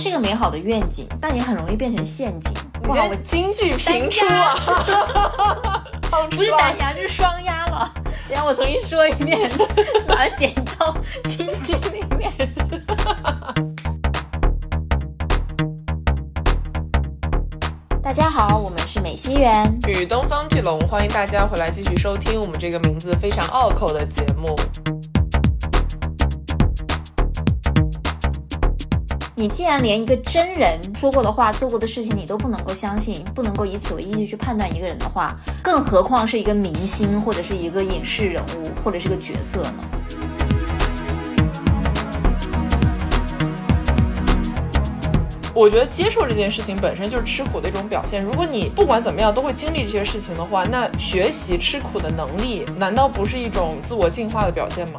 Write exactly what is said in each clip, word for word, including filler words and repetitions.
是一个美好的愿景，但也很容易变成陷阱。 哇，我京剧频出啊！ 不是单押，这是双押了。等下我重新说一遍，把它剪到京剧里面。大家好，我们是美西园与东方巨龙，欢迎大家回来继续收听我们这个名字非常拗口的节目。 你既然连一个真人说过的话、做过的事情你都不能够相信，不能够以此为依据去判断一个人的话，更何况是一个明星或者是一个影视人物或者是个角色呢？ 我觉得接受这件事情本身就是吃苦的一种表现。如果你不管怎么样都会经历这些事情的话，那学习吃苦的能力难道不是一种自我进化的表现吗？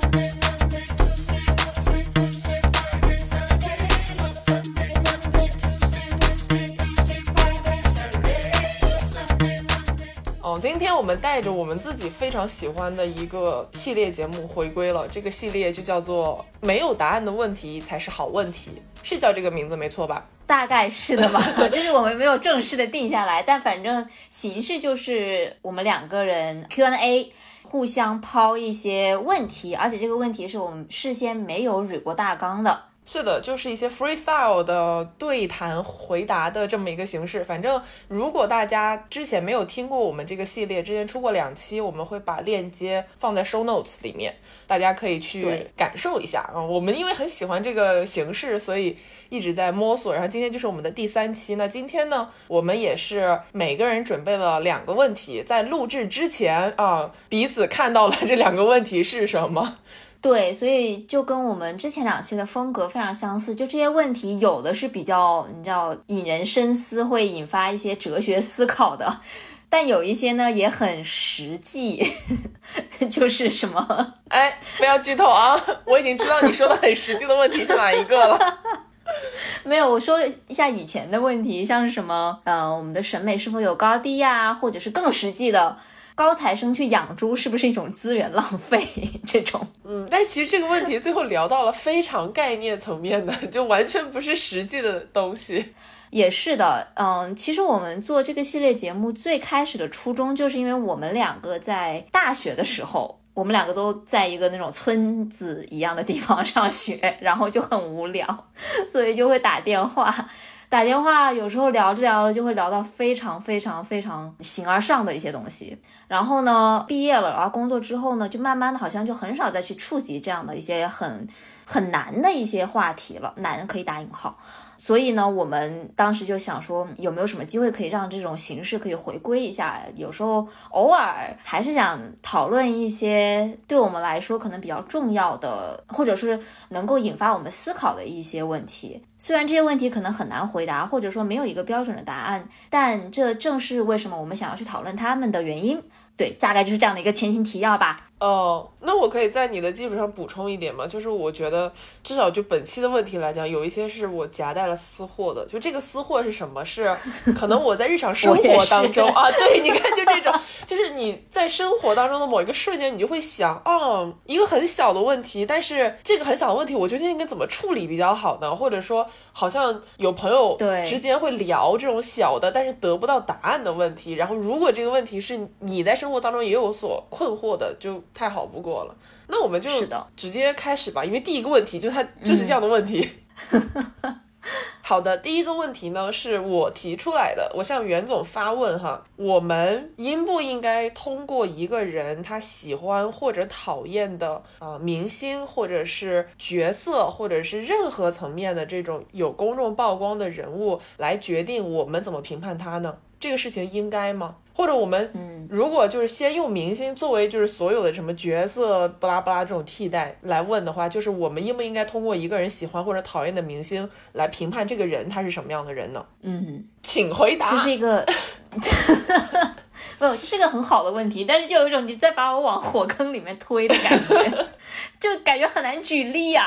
今天我们带着我们自己非常喜欢的一个系列节目回归了，这个系列就叫做没有答案的问题才是好问题，是叫这个名字没错吧？ 大概是的吧，就是我们没有正式的定下来，但反正形式就是我们两个人 Q and A 互相抛一些问题，而且这个问题是我们事先没有捋过大纲的。 是的，就是一些 freestyle 的对谈回答的这么一个形式。反正如果大家之前没有听过我们这个系列，之前出过两期，我们会把链接放在 show notes 里面，大家可以去感受一下。嗯，我们因为很喜欢这个形式，所以一直在摸索。然后今天就是我们的第三期。那今天呢，我们也是每个人准备了两个问题，在录制之前啊，彼此看到了这两个问题是什么。 对，所以就跟我们之前两期的风格非常相似，就这些问题有的是比较你知道引人深思，会引发一些哲学思考的，但有一些呢也很实际，就是什么哎，不要剧透啊，我已经知道你说的很实际的问题是哪一个了。 没有，我说一下以前的问题，像是什么呃，我们的审美是否有高低呀，或者是更实际的高材生去养猪是不是一种资源浪费这种。 嗯，但其实这个问题最后聊到了非常概念层面的，就完全不是实际的东西。 也是的，嗯，其实我们做这个系列节目最开始的初衷就是因为我们两个在大学的时候，我们两个都在一个那种村子一样的地方上学，然后就很无聊，所以就会打电话打电话有时候聊着聊着就会聊到非常非常非常形而上的一些东西，然后呢毕业了，然后工作之后呢就慢慢的好像就很少再去触及这样的一些很很难的一些话题了，难可以打引号。所以呢我们当时就想说有没有什么机会可以让这种形式可以回归一下，有时候偶尔还是想讨论一些对我们来说可能比较重要的，或者是能够引发我们思考的一些问题。虽然这些问题可能很难回答，或者说没有一个标准的答案，但这正是为什么我们想要去讨论他们的原因。对，大概就是这样的一个前情提要吧。 哦，那我可以在你的基础上补充一点吗？就是我觉得至少就本期的问题来讲，有一些是我夹带了私货的。就这个私货是什么？是可能我在日常生活当中啊，对，你看就这种，就是你在生活当中的某一个瞬间，你就会想，哦，一个很小的问题，但是这个很小的问题，我究竟应该怎么处理比较好呢？或者说，好像有朋友之间会聊这种小的，但是得不到答案的问题。然后，如果这个问题是你在生活当中也有所困惑的，就太好不过了。那我们就直接开始吧，因为第一个问题就它就是这样的问题。嗯好的，第一个问题呢是我提出来的，我向袁总发问哈，我们应不应该通过一个人他喜欢或者讨厌的呃明星或者是角色或者是任何层面的这种有公众曝光的人物来决定我们怎么评判他呢？这个事情应该吗？或者我们如果就是先用明星作为就是所有的什么角色巴拉巴拉这种替代来问的话，就是我们应不应该通过一个人喜欢或者讨厌的明星来评判这个人他是什么样的人呢？ 嗯， 请回答。 这是一个没有，这是一个很好的问题，但是就有一种你在把我往火坑里面推的感觉就感觉很难举例啊。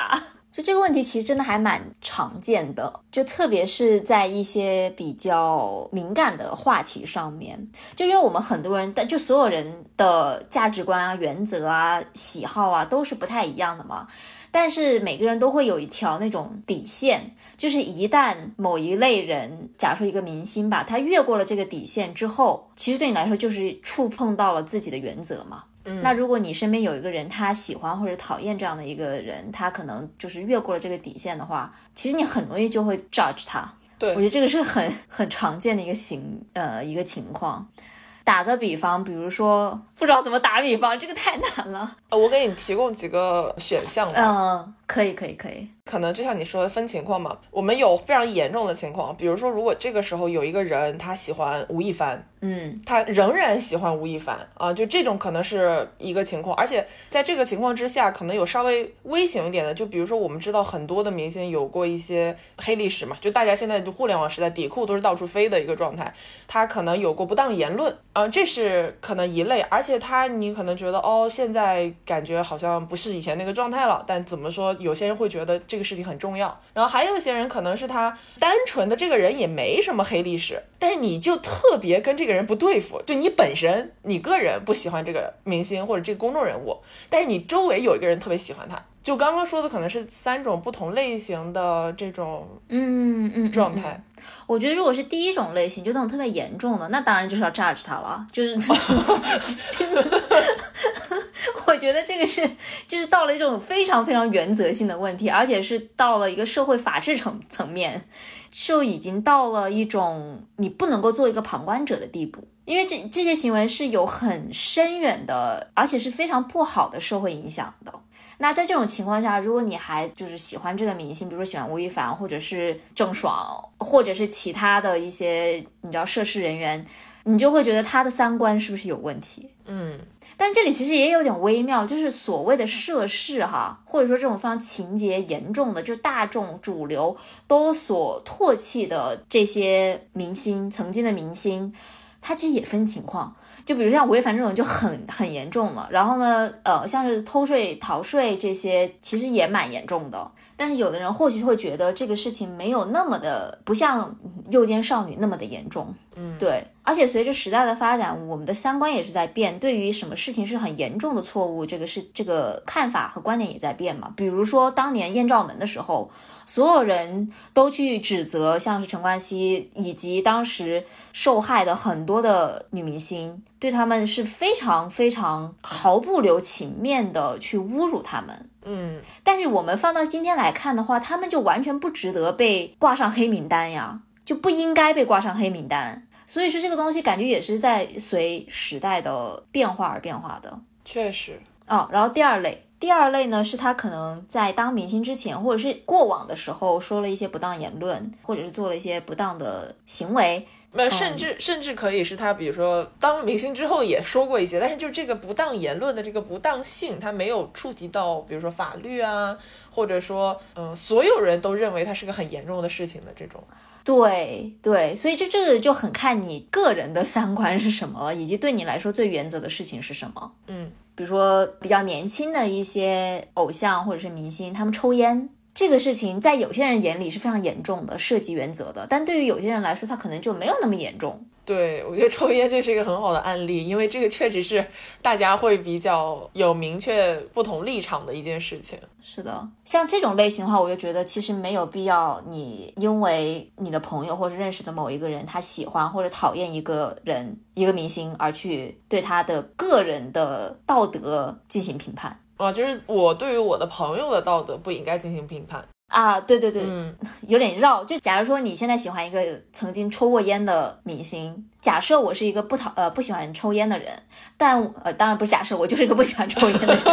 就这个问题其实真的还蛮常见的，就特别是在一些比较敏感的话题上面，就因为我们很多人，就所有人的价值观啊、原则啊、喜好啊都是不太一样的嘛，但是每个人都会有一条那种底线，就是一旦某一类人，假如说一个明星吧，他越过了这个底线之后，其实对你来说就是触碰到了自己的原则嘛。 嗯， 那如果你身边有一个人他喜欢或者讨厌这样的一个人，他可能就是越过了这个底线的话，其实你很容易就会 judge 他。 对， 我觉得这个是很很常见的一个情呃一个情况。打个比方，比如说不知道怎么打比方，这个太难了。 我给你提供几个选项吧。 嗯，可以可以可以。 可能就像你说的分情况嘛，我们有非常严重的情况，比如说如果这个时候有一个人他喜欢吴亦凡， 嗯， 他仍然喜欢吴亦凡啊，就这种可能是一个情况，而且在这个情况之下，可能有稍微微型一点的，就比如说我们知道很多的明星有过一些黑历史嘛，就大家现在就互联网时代底裤都是到处飞的一个状态，他可能有过不当言论啊，这是可能一类，而且他你可能觉得哦，现在感觉好像不是以前那个状态了，但怎么说，有些人会觉得这个事情很重要，然后还有一些人可能是他单纯的这个人也没什么黑历史，但是你就特别跟这个人不对付，就你本身你个人不喜欢这个明星或者这个公众人物，但是你周围有一个人特别喜欢他，就刚刚说的可能是三种不同类型的这种嗯嗯状态。 嗯嗯，我觉得如果是第一种类型，就那种特别严重的，那当然就是要 judge 他了，就是真的我觉得这个是就是到了一种非常非常原则性的问题，而且是到了一个社会法治层层面，就已经到了一种你不能够做一个旁观者的地步，因为这这些行为是有很深远的，而且是非常不好的社会影响的。那在这种情况下，如果你还就是喜欢这个明星，比如说喜欢吴亦凡，或者是郑爽，或者是其他的一些你知道涉事人员，你就会觉得他的三观是不是有问题？ 嗯， 但这里其实也有点微妙，就是所谓的涉事哈，或者说这种非常情节严重的，就是大众主流都所唾弃的这些明星，曾经的明星，它其实也分情况。就比如像吴亦凡这种就很很严重了，然后呢，呃，像是偷税、逃税这些，其实也蛮严重的。但是有的人或许会觉得这个事情没有那么的，不像诱奸少女那么的严重。 嗯， 对。而且随着时代的发展，我们的三观也是在变，对于什么事情是很严重的错误，这个是这个看法和观点也在变嘛。比如说当年艳照门的时候，所有人都去指责像是陈冠希以及当时受害的很多的女明星，对他们是非常非常毫不留情面的去侮辱他们。 嗯， 但是我们放到今天来看的话，他们就完全不值得被挂上黑名单呀，就不应该被挂上黑名单。所以说这个东西感觉也是在随时代的变化而变化的。 确实。 哦，然后第二类第二类呢，是他可能在当明星之前或者是过往的时候说了一些不当言论，或者是做了一些不当的行为， 那甚至、嗯、甚至可以是他比如说当明星之后也说过一些，但是就这个不当言论的这个不当性，他没有触及到比如说法律啊，或者说嗯，所有人都认为它是个很严重的事情的这种。 对对，所以这这个就很看你个人的三观是什么了，以及对你来说最原则的事情是什么。 嗯， 比如说比较年轻的一些偶像或者是明星，他们抽烟这个事情在有些人眼里是非常严重的，涉及原则的，但对于有些人来说他可能就没有那么严重。 对，我觉得抽烟这是一个很好的案例，因为这个确实是大家会比较有明确不同立场的一件事情。 是的，像这种类型的话，我就觉得其实没有必要你因为你的朋友或者认识的某一个人他喜欢或者讨厌一个人一个明星而去对他的个人的道德进行评判啊，就是我对于我的朋友的道德不应该进行评判啊，对对对， 嗯， 有点绕。就假如说你现在喜欢一个曾经抽过烟的明星，假设我是一个不讨呃不喜欢抽烟的人，但呃当然不是假设，我就是一个不喜欢抽烟的人。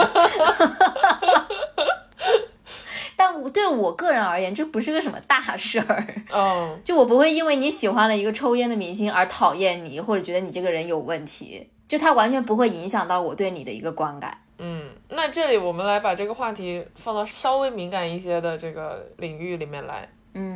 但对我个人而言，这不是个什么大事儿。 嗯， oh. 就我不会因为你喜欢了一个抽烟的明星而讨厌你，或者觉得你这个人有问题，就它完全不会影响到我对你的一个观感。 嗯，那这里我们来把这个话题放到稍微敏感一些的这个领域里面来。 嗯，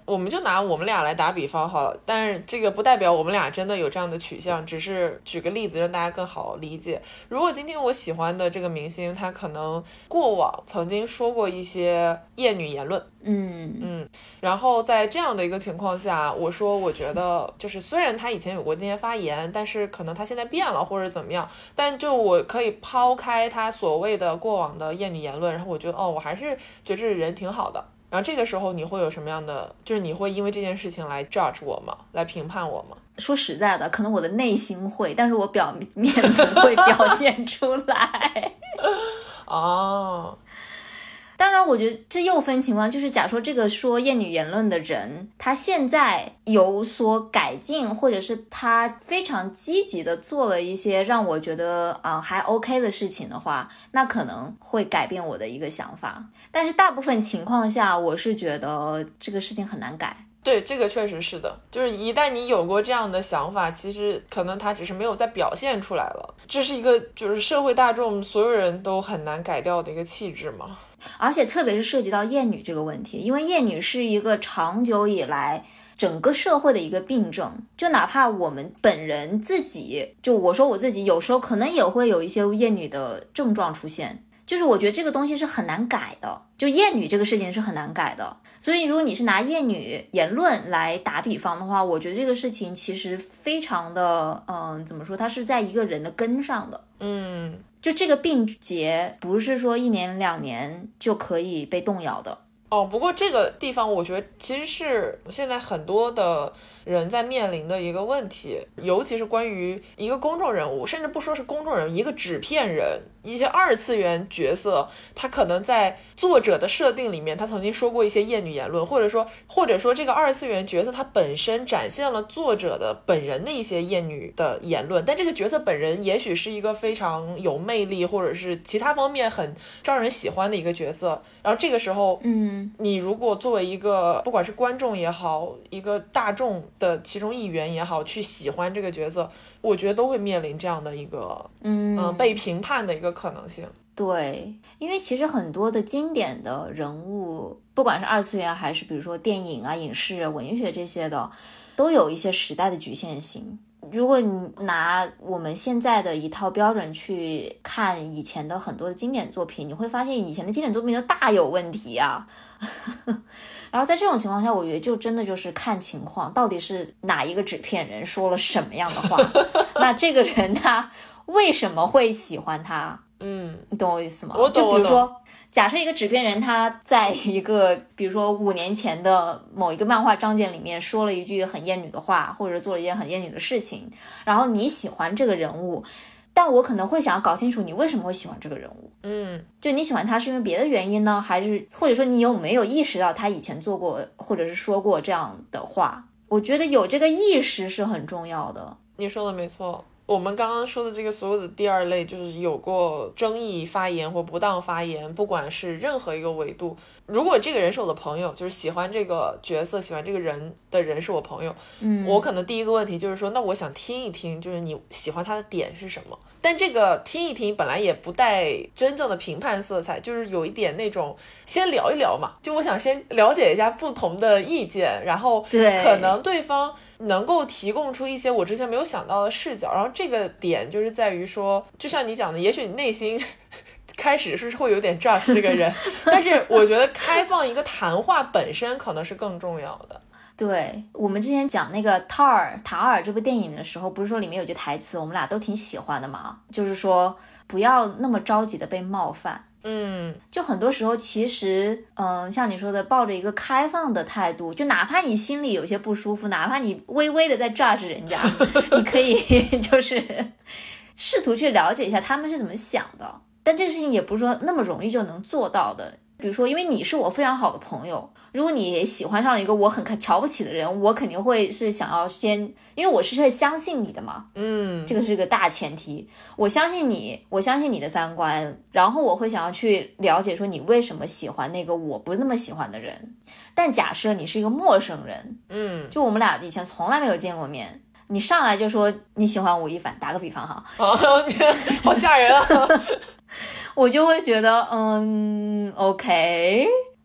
我们就拿我们俩来打比方好了，但是这个不代表我们俩真的有这样的取向，只是举个例子让大家更好理解。如果今天我喜欢的这个明星，他可能过往曾经说过一些厌女言论， 嗯嗯，然后在这样的一个情况下，我说我觉得就是虽然他以前有过那些发言，但是可能他现在变了或者怎么样，但就我可以抛开他所谓的过往的厌女言论，然后我觉得哦，我还是觉得这人挺好的。然后这个时候你会有什么样的，就是你会因为这件事情来 judge 我吗？来评判我吗？ 说实在的，可能我的内心会，但是我表面不会表现出来。 哦， 当然我觉得这又分情况，就是假说这个说厌女言论的人他现在有所改进，或者是他非常积极的做了一些让我觉得啊、呃、还 OK 的事情的话，那可能会改变我的一个想法。但是大部分情况下我是觉得这个事情很难改。 对，这个确实是的，就是一旦你有过这样的想法，其实可能他只是没有再表现出来了，这是一个就是社会大众所有人都很难改掉的一个气质嘛。 而且特别是涉及到厌女这个问题，因为厌女是一个长久以来整个社会的一个病症，就哪怕我们本人自己，就我说我自己有时候可能也会有一些厌女的症状出现，就是我觉得这个东西是很难改的，就厌女这个事情是很难改的。所以如果你是拿厌女言论来打比方的话，我觉得这个事情其实非常的嗯，怎么说，它是在一个人的根上的。 嗯， 就这个病结不是说一年两年就可以被动摇的。 哦，不过这个地方我觉得其实是现在很多的人在面临的一个问题，尤其是关于一个公众人物，甚至不说是公众人物，一个纸片人，一些二次元角色，他可能在作者的设定里面，他曾经说过一些厌女言论，或者说或者说这个二次元角色他本身展现了作者的本人的一些厌女的言论，但这个角色本人也许是一个非常有魅力或者是其他方面很招人喜欢的一个角色，然后这个时候嗯， 你如果作为一个不管是观众也好，一个大众的其中一员也好，去喜欢这个角色，我觉得都会面临这样的一个嗯、呃、被评判的一个可能性。 对，因为其实很多的经典的人物，不管是二次元还是比如说电影啊、影视啊、文学这些的，都有一些时代的局限性。如果你拿我们现在的一套标准去看以前的很多的经典作品，你会发现以前的经典作品都大有问题啊。然后在这种情况下，我觉得就真的就是看情况，到底是哪一个纸片人说了什么样的话，那这个人他为什么会喜欢他？ 嗯， 你懂我意思吗？ 我懂。 就比如说假设一个纸片人他在一个比如说五年前的某一个漫画章节里面说了一句很厌女的话，或者做了一件很厌女的事情，然后你喜欢这个人物，但我可能会想要搞清楚你为什么会喜欢这个人物。 嗯， 就你喜欢他是因为别的原因呢，还是或者说你有没有意识到他以前做过或者是说过这样的话？我觉得有这个意识是很重要的。 你说的没错。我们刚刚说的这个所有的第二类，就是有过争议发言或不当发言，不管是任何一个维度，如果这个人是我的朋友，就是喜欢这个角色喜欢这个人的人是我朋友，嗯，我可能第一个问题就是说，那我想听一听，就是你喜欢他的点是什么。但这个听一听本来也不带真正的评判色彩，就是有一点那种先聊一聊嘛，就我想先了解一下不同的意见，然后可能对方能够提供出一些我之前没有想到的视角，然后这个点就是在于说，就像你讲的，也许你内心开始是会有点 judge 这个人，但是我觉得开放一个谈话本身可能是更重要的。 对，我们之前讲那个塔尔塔尔这部电影的时候，不是说里面有句台词我们俩都挺喜欢的嘛，就是说不要那么着急的被冒犯。 嗯， 就很多时候其实嗯、呃，像你说的抱着一个开放的态度，就哪怕你心里有些不舒服，哪怕你微微的在 judge 人家你可以就是试图去了解一下他们是怎么想的，但这个事情也不是说那么容易就能做到的。比如说因为你是我非常好的朋友，如果你喜欢上了一个我很瞧不起的人，我肯定会是想要先，因为我是会相信你的嘛， 嗯， 这个是个大前提，我相信你，我相信你的三观，然后我会想要去了解说你为什么喜欢那个我不那么喜欢的人。但假设你是一个陌生人， 嗯， 就我们俩以前从来没有见过面，你上来就说你喜欢吴亦凡，打个比方哈， 哦，好吓人啊我就会觉得嗯 OK，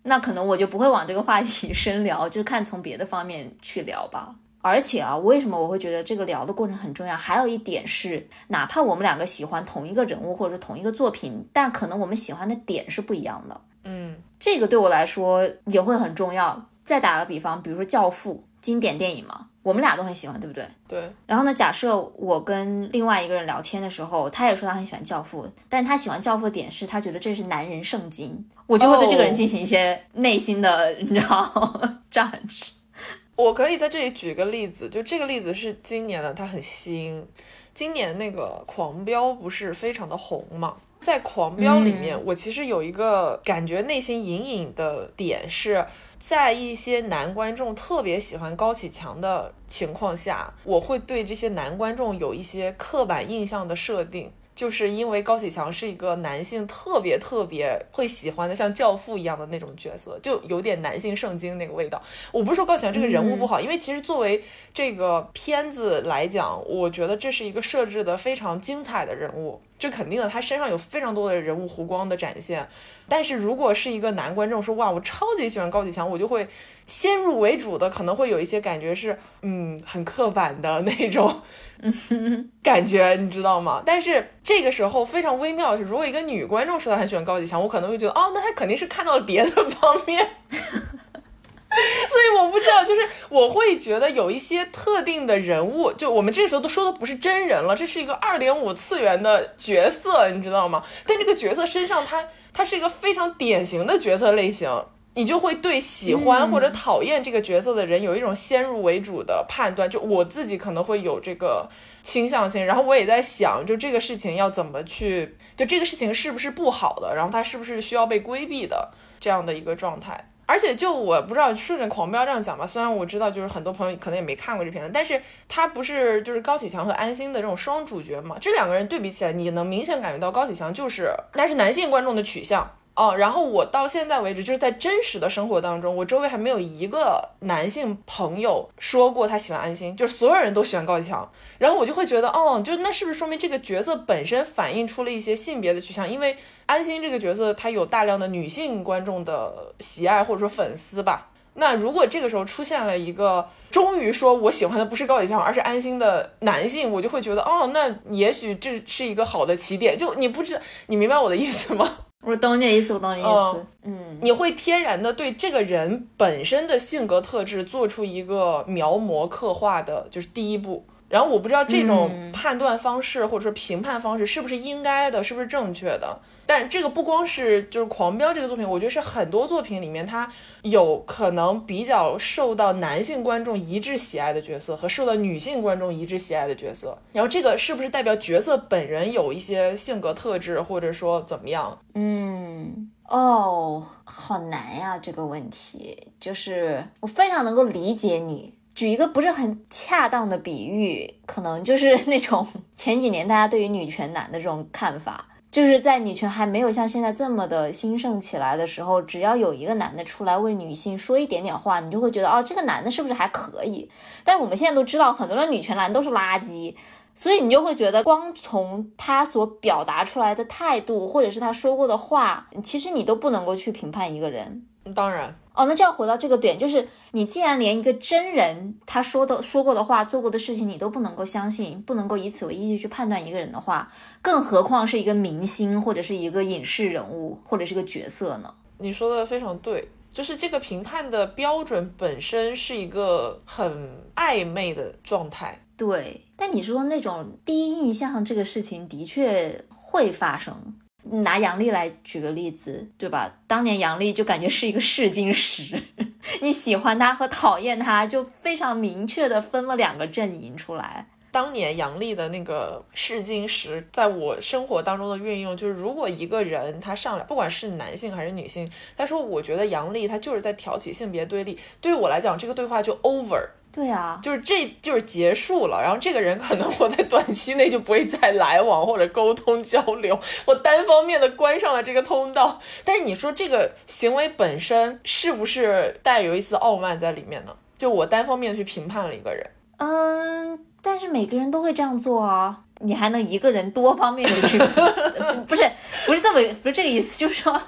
那可能我就不会往这个话题深聊，就看从别的方面去聊吧。而且啊，为什么我会觉得这个聊的过程很重要？还有一点是，哪怕我们两个喜欢同一个人物或者同一个作品，但可能我们喜欢的点是不一样的。 嗯， 这个对我来说也会很重要。再打个比方，比如说《教父》经典电影嘛，我们俩都很喜欢，对不对？ 对。 然后呢，假设我跟另外一个人聊天的时候，他也说他很喜欢《教父》，但他喜欢《教父》的点是他觉得这是男人圣经，我就会对这个人进行一些内心的、oh. 你知道战士。 我可以在这里举个例子，就这个例子是今年的，它很新。今年那个狂飙不是非常的红嘛，在狂飙里面、嗯、我其实有一个感觉内心隐隐的点是，在一些男观众特别喜欢高启强的情况下，我会对这些男观众有一些刻板印象的设定，就是因为高启强是一个男性特别特别会喜欢的像教父一样的那种角色，就有点男性圣经那个味道。我不是说高启强这个人物不好、嗯、因为其实作为这个片子来讲，我觉得这是一个设置的非常精彩的人物，这肯定的，他身上有非常多的人物弧光的展现。但是如果是一个男观众说哇我超级喜欢高启强，我就会先入为主的可能会有一些感觉是嗯很刻板的那种感觉，你知道吗？但是这个时候非常微妙的是，如果一个女观众说她很喜欢高启强，我可能会觉得哦那她肯定是看到了别的方面所以我不知道，就是我会觉得有一些特定的人物，就我们这个时候都说的不是真人了，这是一个 二点五 次元的角色，你知道吗？但这个角色身上它它是一个非常典型的角色类型，你就会对喜欢或者讨厌这个角色的人有一种先入为主的判断，就我自己可能会有这个倾向性，然后我也在想就这个事情要怎么去，就这个事情是不是不好的，然后它是不是需要被规避的这样的一个状态。而且就我不知道顺着狂飙这样讲吧，虽然我知道就是很多朋友可能也没看过这片子，但是他不是就是高启强和安心的这种双主角嘛，这两个人对比起来你能明显感觉到高启强就是那是男性观众的取向哦，然后我到现在为止就是在真实的生活当中，我周围还没有一个男性朋友说过他喜欢安心，就是所有人都喜欢高启强，然后我就会觉得哦，就那是不是说明这个角色本身反映出了一些性别的取向，因为安心这个角色他有大量的女性观众的喜爱或者说粉丝吧，那如果这个时候出现了一个终于说我喜欢的不是高启强而是安心的男性，我就会觉得哦，那也许这是一个好的起点，就你不知你明白我的意思吗？ 我懂你的意思，我懂你的意思。嗯， 你会天然的对这个人本身的性格特质做出一个描摹刻画的，就是第一步。然后我不知道这种判断方式或者说评判方式是不是应该的，是不是正确的。但这个不光是就是狂飙这个作品，我觉得是很多作品里面它有可能比较受到男性观众一致喜爱的角色和受到女性观众一致喜爱的角色，然后这个是不是代表角色本人有一些性格特质或者说怎么样？ 嗯，哦，好难呀，这个问题就是我非常能够理解你。举一个不是很恰当的比喻，可能就是那种前几年大家对于女权男的这种看法，就是在女权还没有像现在这么的兴盛起来的时候，只要有一个男的出来为女性说一点点话，你就会觉得哦，这个男的是不是还可以。但是我们现在都知道很多的女权男都是垃圾，所以你就会觉得光从他所表达出来的态度或者是他说过的话，其实你都不能够去评判一个人。 当然哦，那就要回到这个点，就是你既然连一个真人他说的说过的话做过的事情你都不能够相信，不能够以此为依据去判断一个人的话，更何况是一个明星或者是一个影视人物或者是个角色呢？ 你说的非常对，就是这个评判的标准本身是一个很暧昧的状态。 对，但你说那种第一印象这个事情的确会发生。拿杨笠来举个例子，对吧？当年杨笠就感觉是一个试金石你喜欢他和讨厌他就非常明确的分了两个阵营出来。 当年杨笠的那个试金石在我生活当中的运用，就是如果一个人他上来不管是男性还是女性，他说我觉得杨笠他就是在挑起性别对立，对于我来讲这个对话就 over。 对啊， 就是这就是结束了，然后这个人可能我在短期内就不会再来往或者沟通交流，我单方面的关上了这个通道。但是你说这个行为本身是不是带有一丝傲慢在里面呢？就我单方面去评判了一个人。 嗯，但是每个人都会这样做啊，你还能一个人多方面的去不是不是这么不是这个意思，就是说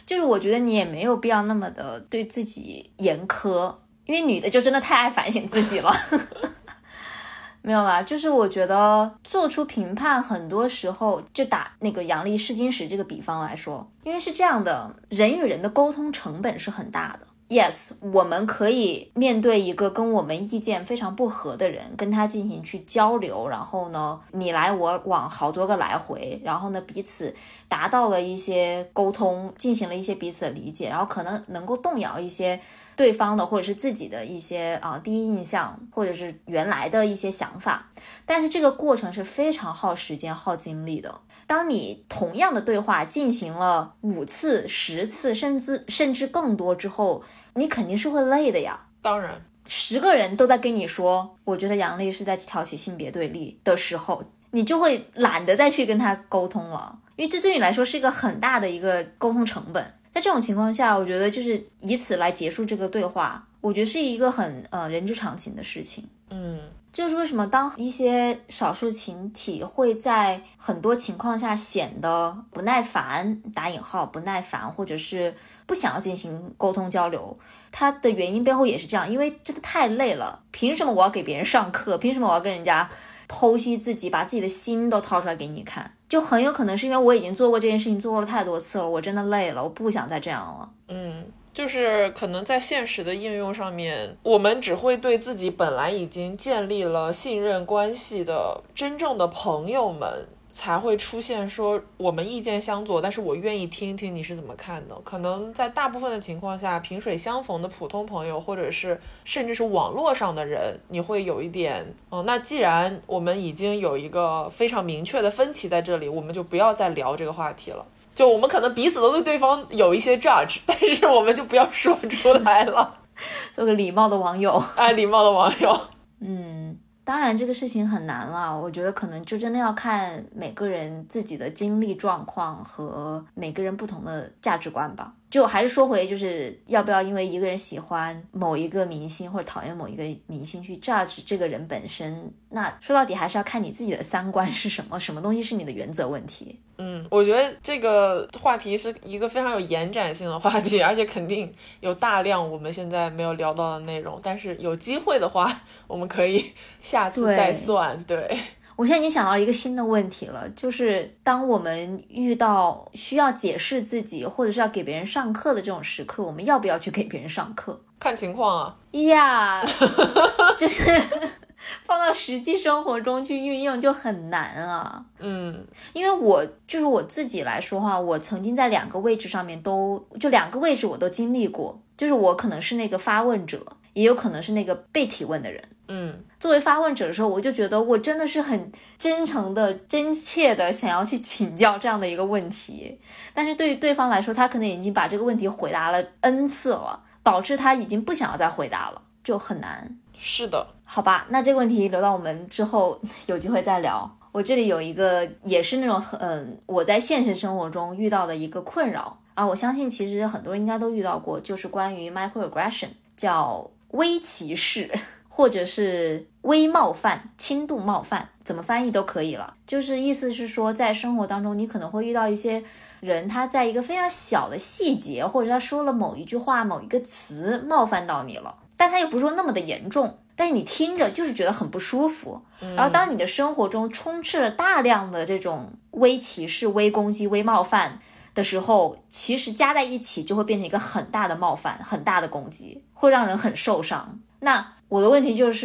就是我觉得你也没有必要那么的对自己严苛，因为女的就真的太爱反省自己了。没有啦，就是我觉得做出评判很多时候，就打那个阳历试金石这个比方来说，因为是这样的，人与人的沟通成本是很大的。Yes， 我们可以面对一个跟我们意见非常不合的人，跟他进行去交流，然后呢，你来我往好多个来回，然后呢，彼此达到了一些沟通，进行了一些彼此的理解，然后可能能够动摇一些对方的或者是自己的一些啊、呃、第一印象，或者是原来的一些想法，但是这个过程是非常耗时间耗精力的。当你同样的对话进行了五次十次甚至甚至更多之后，你肯定是会累的呀。 当然， 十个人都在跟你说我觉得杨丽是在挑起性别对立的时候，你就会懒得再去跟他沟通了，因为这对你来说是一个很大的一个沟通成本。在这种情况下，我觉得就是以此来结束这个对话，我觉得是一个很呃人之常情的事情。 嗯， 就是为什么当一些少数群体会在很多情况下显得不耐烦，打引号不耐烦，或者是不想要进行沟通交流，它的原因背后也是这样，因为真的太累了。凭什么我要给别人上课？凭什么我要跟人家剖析自己，把自己的心都掏出来给你看？就很有可能是因为我已经做过这件事情，做过了太多次了，我真的累了，我不想再这样了。 嗯，就是可能在现实的应用上面，我们只会对自己本来已经建立了信任关系的真正的朋友们才会出现说我们意见相左，但是我愿意听听你是怎么看的。可能在大部分的情况下，萍水相逢的普通朋友，或者是甚至是网络上的人，你会有一点哦，那既然我们已经有一个非常明确的分歧在这里，我们就不要再聊这个话题了。就我们可能彼此都对对方有一些 judge， 但是我们就不要说出来了。 做个礼貌的网友， 哎，礼貌的网友。 嗯，当然这个事情很难了，我觉得可能就真的要看每个人自己的经历状况和每个人不同的价值观吧。就还是说回，就是要不要因为一个人喜欢某一个明星或者讨厌某一个明星去 judge 这个人本身，那说到底还是要看你自己的三观是什么，什么东西是你的原则问题。 嗯，我觉得这个话题是一个非常有延展性的话题，而且肯定有大量我们现在没有聊到的内容，但是有机会的话我们可以下次再算。 对, 对我现在已经想到一个新的问题了，就是当我们遇到需要解释自己或者是要给别人上课的这种时刻，我们要不要去给别人上课？ 看情况啊。 呀、yeah, 就是放到实际生活中去运用就很难啊。 嗯， 因为我就是我自己来说话，我曾经在两个位置上面都就两个位置我都经历过，就是我可能是那个发问者，也有可能是那个被提问的人。 嗯， 作为发问者的时候，我就觉得我真的是很真诚的真切的想要去请教这样的一个问题，但是对于对方来说，他可能已经把这个问题回答了 N 次了，导致他已经不想要再回答了，就很难。 是的， 好吧，那这个问题留到我们之后有机会再聊。我这里有一个也是那种嗯，我在现实生活中遇到的一个困扰啊，我相信其实很多人应该都遇到过，就是关于 microaggression， 叫微歧视或者是微冒犯、轻度冒犯，怎么翻译都可以了。就是意思是说，在生活当中你可能会遇到一些人，他在一个非常小的细节，或者他说了某一句话、某一个词冒犯到你了，但他又不是说那么的严重，但是你听着就是觉得很不舒服。然后当你的生活中充斥了大量的这种微歧视、微攻击、微冒犯的时候，其实加在一起就会变成一个很大的冒犯、很大的攻击，会让人很受伤。那我的问题就是，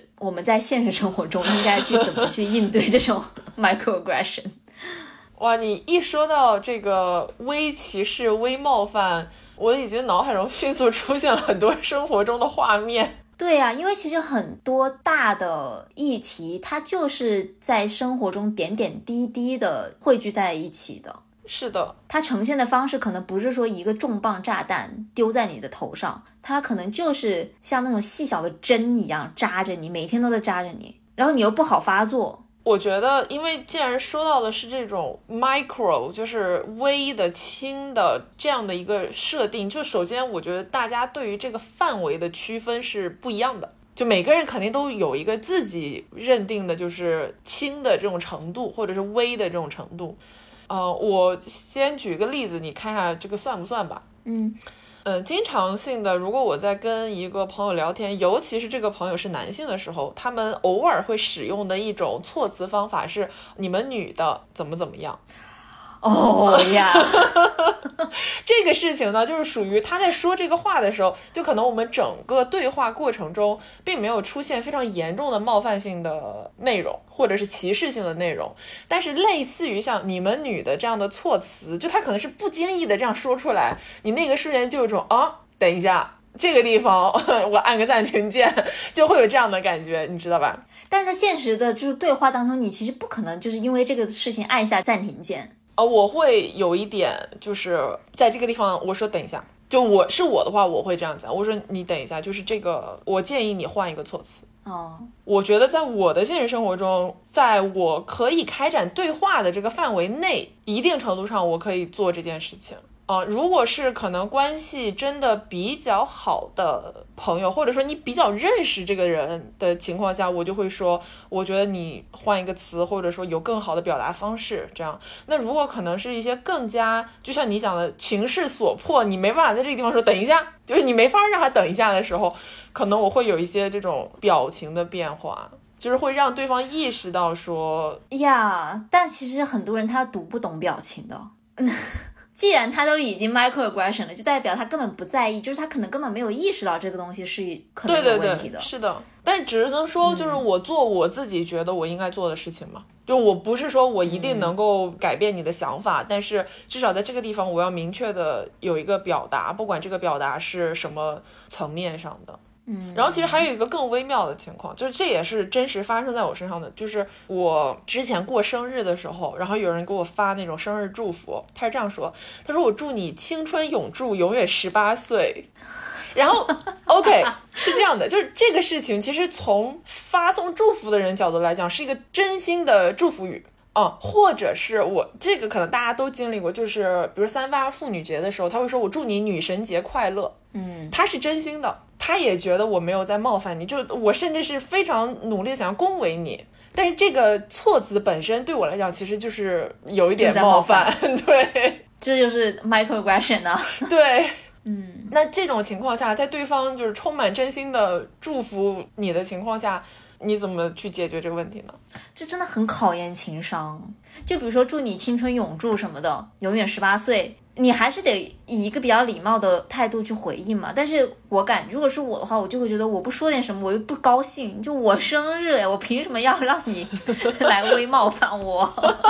我们在现实生活中应该去怎么去应对这种 microaggression？ 哇，你一说到这个微歧视、微冒犯，我已经脑海中迅速出现了很多生活中的画面。 对呀、啊，因为其实很多大的议题，它就是在生活中点点滴滴的汇聚在一起的。 是的， 它呈现的方式可能不是说一个重磅炸弹丢在你的头上，它可能就是像那种细小的针一样扎着你，每天都在扎着你，然后你又不好发作。 我觉得因为既然说到的是这种 micro， 就是微的轻的这样的一个设定，就首先我觉得大家对于这个范围的区分是不一样的，就每个人肯定都有一个自己认定的就是轻的这种程度，或者是微的这种程度。 呃，我先举个例子，你看一下这个算不算吧。 嗯。 呃，经常性的，如果我在跟一个朋友聊天，尤其是这个朋友是男性的时候，他们偶尔会使用的一种措辞方法是你们女的怎么怎么样。 哦呀， 这个事情呢，就是属于他在说这个话的时候，就可能我们整个对话过程中并没有出现非常严重的冒犯性的内容，或者是歧视性的内容，但是类似于像你们女的这样的措辞，就他可能是不经意的这样说出来，你那个瞬间就有种啊，等一下。这个地方我按个暂停键，就会有这样的感觉，你知道吧？ 但是在现实的就是对话当中，你其实不可能就是因为这个事情按下暂停键。 呃，我会有一点就是在这个地方我说等一下，就我是我的话我会这样讲，我说你等一下，就是这个我建议你换一个措辞。 哦， 我觉得在我的现实生活中，在我可以开展对话的这个范围内，一定程度上我可以做这件事情。呃，如果是可能关系真的比较好的朋友，或者说你比较认识这个人的情况下，我就会说我觉得你换一个词，或者说有更好的表达方式这样。那如果可能是一些更加就像你讲的情势所迫，你没办法在这个地方说等一下，就是你没法让他等一下的时候，可能我会有一些这种表情的变化，就是会让对方意识到说呀，但其实很多人他读不懂表情的既然他都已经 microaggression 了，就代表他根本不在意，就是他可能根本没有意识到这个东西是可能有问题的。 对对对，是的，但只能说就是我做我自己觉得我应该做的事情嘛、嗯、就我不是说我一定能够改变你的想法、嗯、但是至少在这个地方我要明确的有一个表达，不管这个表达是什么层面上的。嗯，然后其实还有一个更微妙的情况，就是这也是真实发生在我身上的，就是我之前过生日的时候，然后有人给我发那种生日祝福，他是这样说，他说我祝你青春永驻，永远十八岁。然后 OK 是这样的，就是这个事情其实从发送祝福的人角度来讲是一个真心的祝福语。嗯，或者是我这个可能大家都经历过，就是比如三八妇女节的时候，他会说我祝你女神节快乐。嗯，他是真心的，他也觉得我没有在冒犯你，就我甚至是非常努力的想要恭维你，但是这个措辞本身对我来讲其实就是有一点冒犯。对， 这就是 microaggression 啊。 对， 嗯， 那这种情况下，在对方就是充满真心的祝福你的情况下，你怎么去解决这个问题呢？ 这真的很考验情商。就比如说祝你青春永驻什么的，永远十八岁，你还是得以一个比较礼貌的态度去回应嘛。但是我感如果是我的话，我就会觉得我不说点什么我又不高兴，就我生日哎，我凭什么要让你来微冒犯我？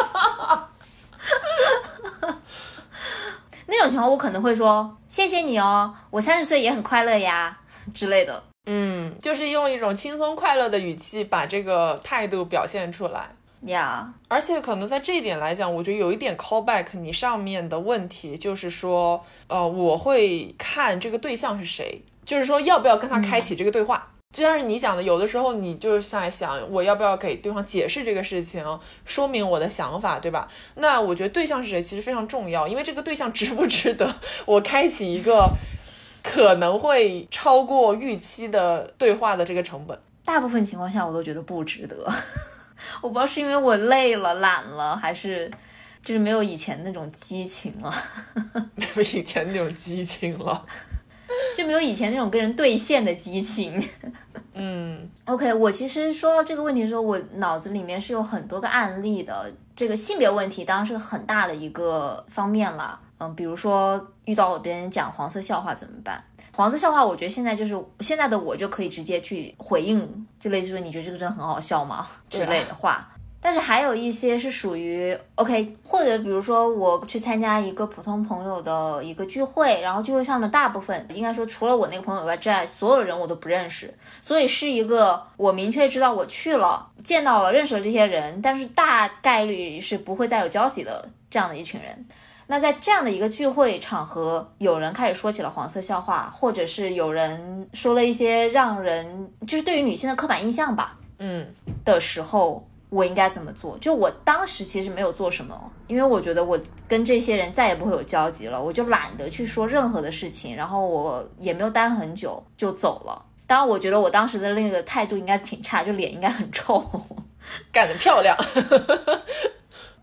那种情况我可能会说谢谢你哦，我三十岁也很快乐呀之类的。 嗯，就是用一种轻松快乐的语气把这个态度表现出来呀。Yeah. 而且可能在这一点来讲，我觉得有一点 callback 你上面的问题，就是说呃，我会看这个对象是谁，就是说要不要跟他开启这个对话、嗯、就像是你讲的，有的时候你就在想我要不要给对方解释这个事情，说明我的想法，对吧？那我觉得对象是谁其实非常重要，因为这个对象值不值得我开启一个可能会超过预期的对话的这个成本。 大部分情况下我都觉得不值得。我不知道是因为我累了懒了，还是就是没有以前那种激情了。 没有以前那种激情了， 就没有以前那种跟人对线的激情。 嗯 OK， 我其实说到这个问题的时候，我脑子里面是有很多个案例的。这个性别问题当然是很大的一个方面了。嗯，比如说遇到别人讲黄色笑话怎么办？黄色笑话我觉得现在就是现在的我就可以直接去回应，就类似说你觉得这个真的很好笑吗之类的话。但是还有一些是属于 OK， 或者比如说我去参加一个普通朋友的一个聚会，然后聚会上的大部分应该说除了我那个朋友以外之外，所有人我都不认识，所以是一个我明确知道我去了见到了认识了这些人，但是大概率是不会再有交集的这样的一群人。那在这样的一个聚会场合，有人开始说起了黄色笑话，或者是有人说了一些让人就是对于女性的刻板印象吧， 嗯的时候，我应该怎么做？就我当时其实没有做什么，因为我觉得我跟这些人再也不会有交集了，我就懒得去说任何的事情，然后我也没有待很久就走了。当然我觉得我当时的那个态度应该挺差，就脸应该很臭。 干得漂亮。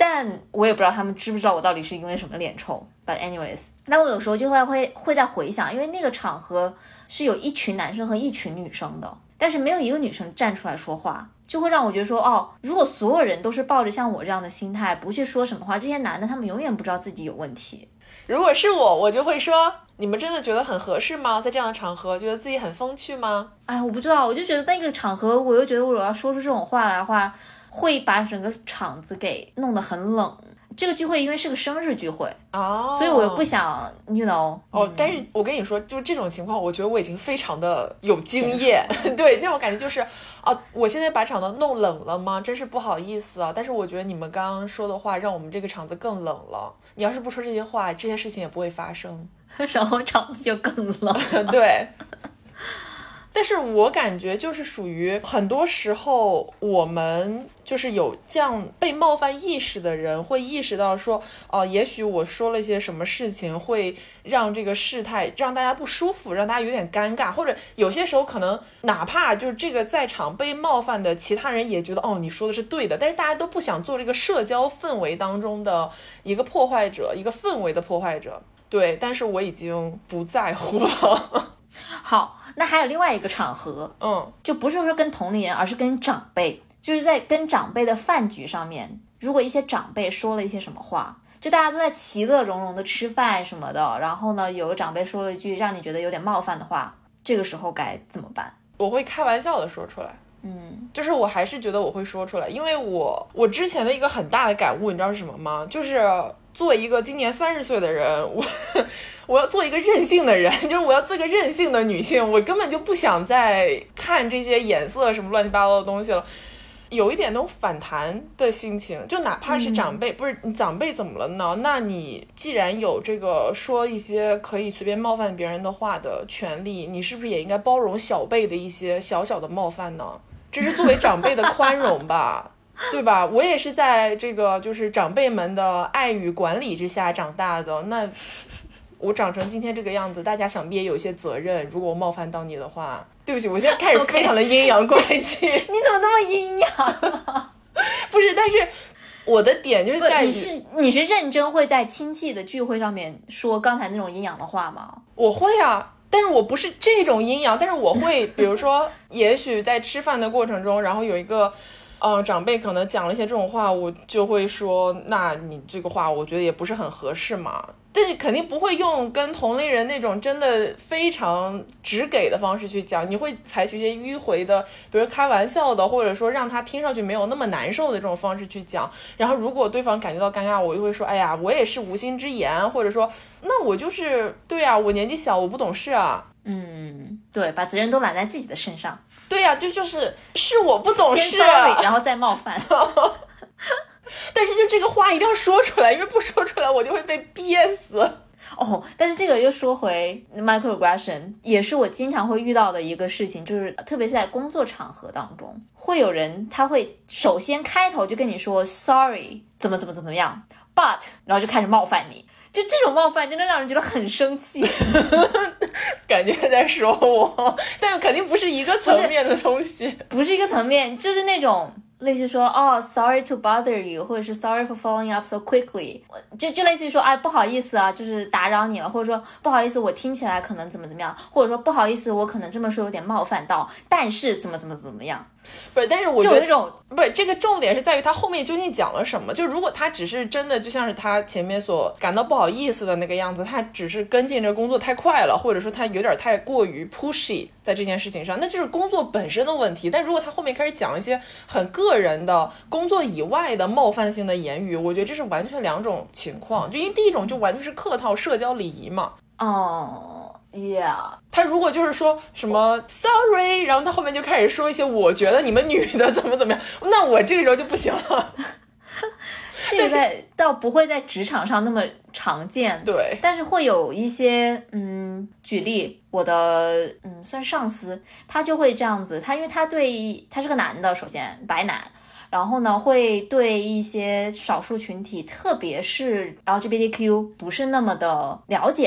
但我也不知道他们知不知道我到底是因为什么脸臭。But anyways， 那我有时候就会会会在回想，因为那个场合是有一群男生和一群女生的，但是没有一个女生站出来说话，就会让我觉得说，哦，如果所有人都是抱着像我这样的心态，不去说什么话，这些男的他们永远不知道自己有问题。 如果是我，我就会说，你们真的觉得很合适吗？在这样的场合，觉得自己很风趣吗？ 哎，我不知道，我就觉得那个场合，我又觉得我要说出这种话来的话，会把整个场子给弄得很冷。这个聚会因为是个生日聚会哦， 所以我又不想 you know 哦、嗯，但是我跟你说，就是这种情况，我觉得我已经非常的有经验，对，那种感觉就是啊，我现在把场子弄冷了吗？真是不好意思啊。但是我觉得你们刚刚说的话让我们这个场子更冷了。你要是不说这些话，这些事情也不会发生， 然后场子就更冷。 对。但是我感觉就是属于很多时候我们就是有这样被冒犯意识的人会意识到说，哦、呃，也许我说了一些什么事情会让这个事态让大家不舒服，让大家有点尴尬，或者有些时候可能哪怕就是这个在场被冒犯的其他人也觉得，哦，你说的是对的，但是大家都不想做这个社交氛围当中的一个破坏者，一个氛围的破坏者。对，但是我已经不在乎了。 好，那还有另外一个场合， 嗯， 就不是说跟同龄人，而是跟长辈，就是在跟长辈的饭局上面，如果一些长辈说了一些什么话，就大家都在其乐融融的吃饭什么的，然后呢，有个长辈说了一句让你觉得有点冒犯的话，这个时候该怎么办？ 我会开玩笑的说出来。嗯，就是我还是觉得我会说出来，因为我我之前的一个很大的感悟，你知道是什么吗？就是做一个今年三十岁的人，我我要做一个任性的人，就是我要做一个任性的女性，我根本就不想再看这些颜色什么乱七八糟的东西了。有一点那种反弹的心情，就哪怕是长辈、嗯、不是长辈怎么了呢？那你既然有这个说一些可以随便冒犯别人的话的权利，你是不是也应该包容小辈的一些小小的冒犯呢？这是作为长辈的宽容吧，对吧？我也是在这个就是长辈们的爱与管理之下长大的，那我长成今天这个样子，大家想必也有一些责任。如果我冒犯到你的话，对不起，我现在开始非常的阴阳怪气。 Okay. 你怎么那么阴阳啊？ 不是，但是我的点就是在于， 你是你是认真会在亲戚的聚会上面说刚才那种阴阳的话吗？ 我会啊。但是我不是这种阴阳，但是我会比如说也许在吃饭的过程中，然后有一个呃长辈可能讲了一些这种话，我就会说，那你这个话我觉得也不是很合适嘛。但是肯定不会用跟同龄人那种真的非常直给的方式去讲，你会采取一些迂回的，比如开玩笑的，或者说让他听上去没有那么难受的这种方式去讲。然后如果对方感觉到尴尬，我就会说，哎呀，我也是无心之言，或者说那我就是对啊，我年纪小，我不懂事啊。 嗯，对，把责任都揽在自己的身上。 对呀、啊，就就是是我不懂事、啊， 先 sorry， 然后再冒犯。 但是就这个话一定要说出来，因为不说出来我就会被憋死。 哦，但是这个又说回 microaggression， 也是我经常会遇到的一个事情，就是特别是在工作场合当中，会有人他会首先开头就跟你说 sorry， 怎么怎么怎么样 ，but， 然后就开始冒犯你。就这种冒犯真的让人觉得很生气。 感觉在说我，但肯定不是一个层面的东西， 不是，不是一个层面，就是那种类似说哦 sorry to bother you， 或者是 sorry for following up so quickly， 就就类似于说哎不好意思啊，就是打扰你了，或者说不好意思我听起来可能怎么怎么样，或者说不好意思我可能这么说有点冒犯到，但是怎么怎么怎么样。 不是，但是我觉得就有那种不是这个重点是在于他后面究竟讲了什么。就如果他只是真的就像是他前面所感到不好意思的那个样子，他只是跟进这工作太快了，或者说他有点太过于 pushy 在这件事情上，那就是工作本身的问题。但如果他后面开始讲一些很个人的工作以外的冒犯性的言语，我觉得这是完全两种情况。就因为第一种就完全是客套社交礼仪嘛。 哦、oh,Yeah， 他如果就是说什么 sorry， 然后他后面就开始说一些我觉得你们女的怎么怎么样，那我这个时候就不行了。 这个在倒不会在职场上那么常见， 对， 但是会有一些嗯，举例，我的嗯算上司，他就会这样子，他因为他对他是个男的，首先白男。然后呢，会对一些少数群体，特别是 L G B T Q 不是那么的了解吧。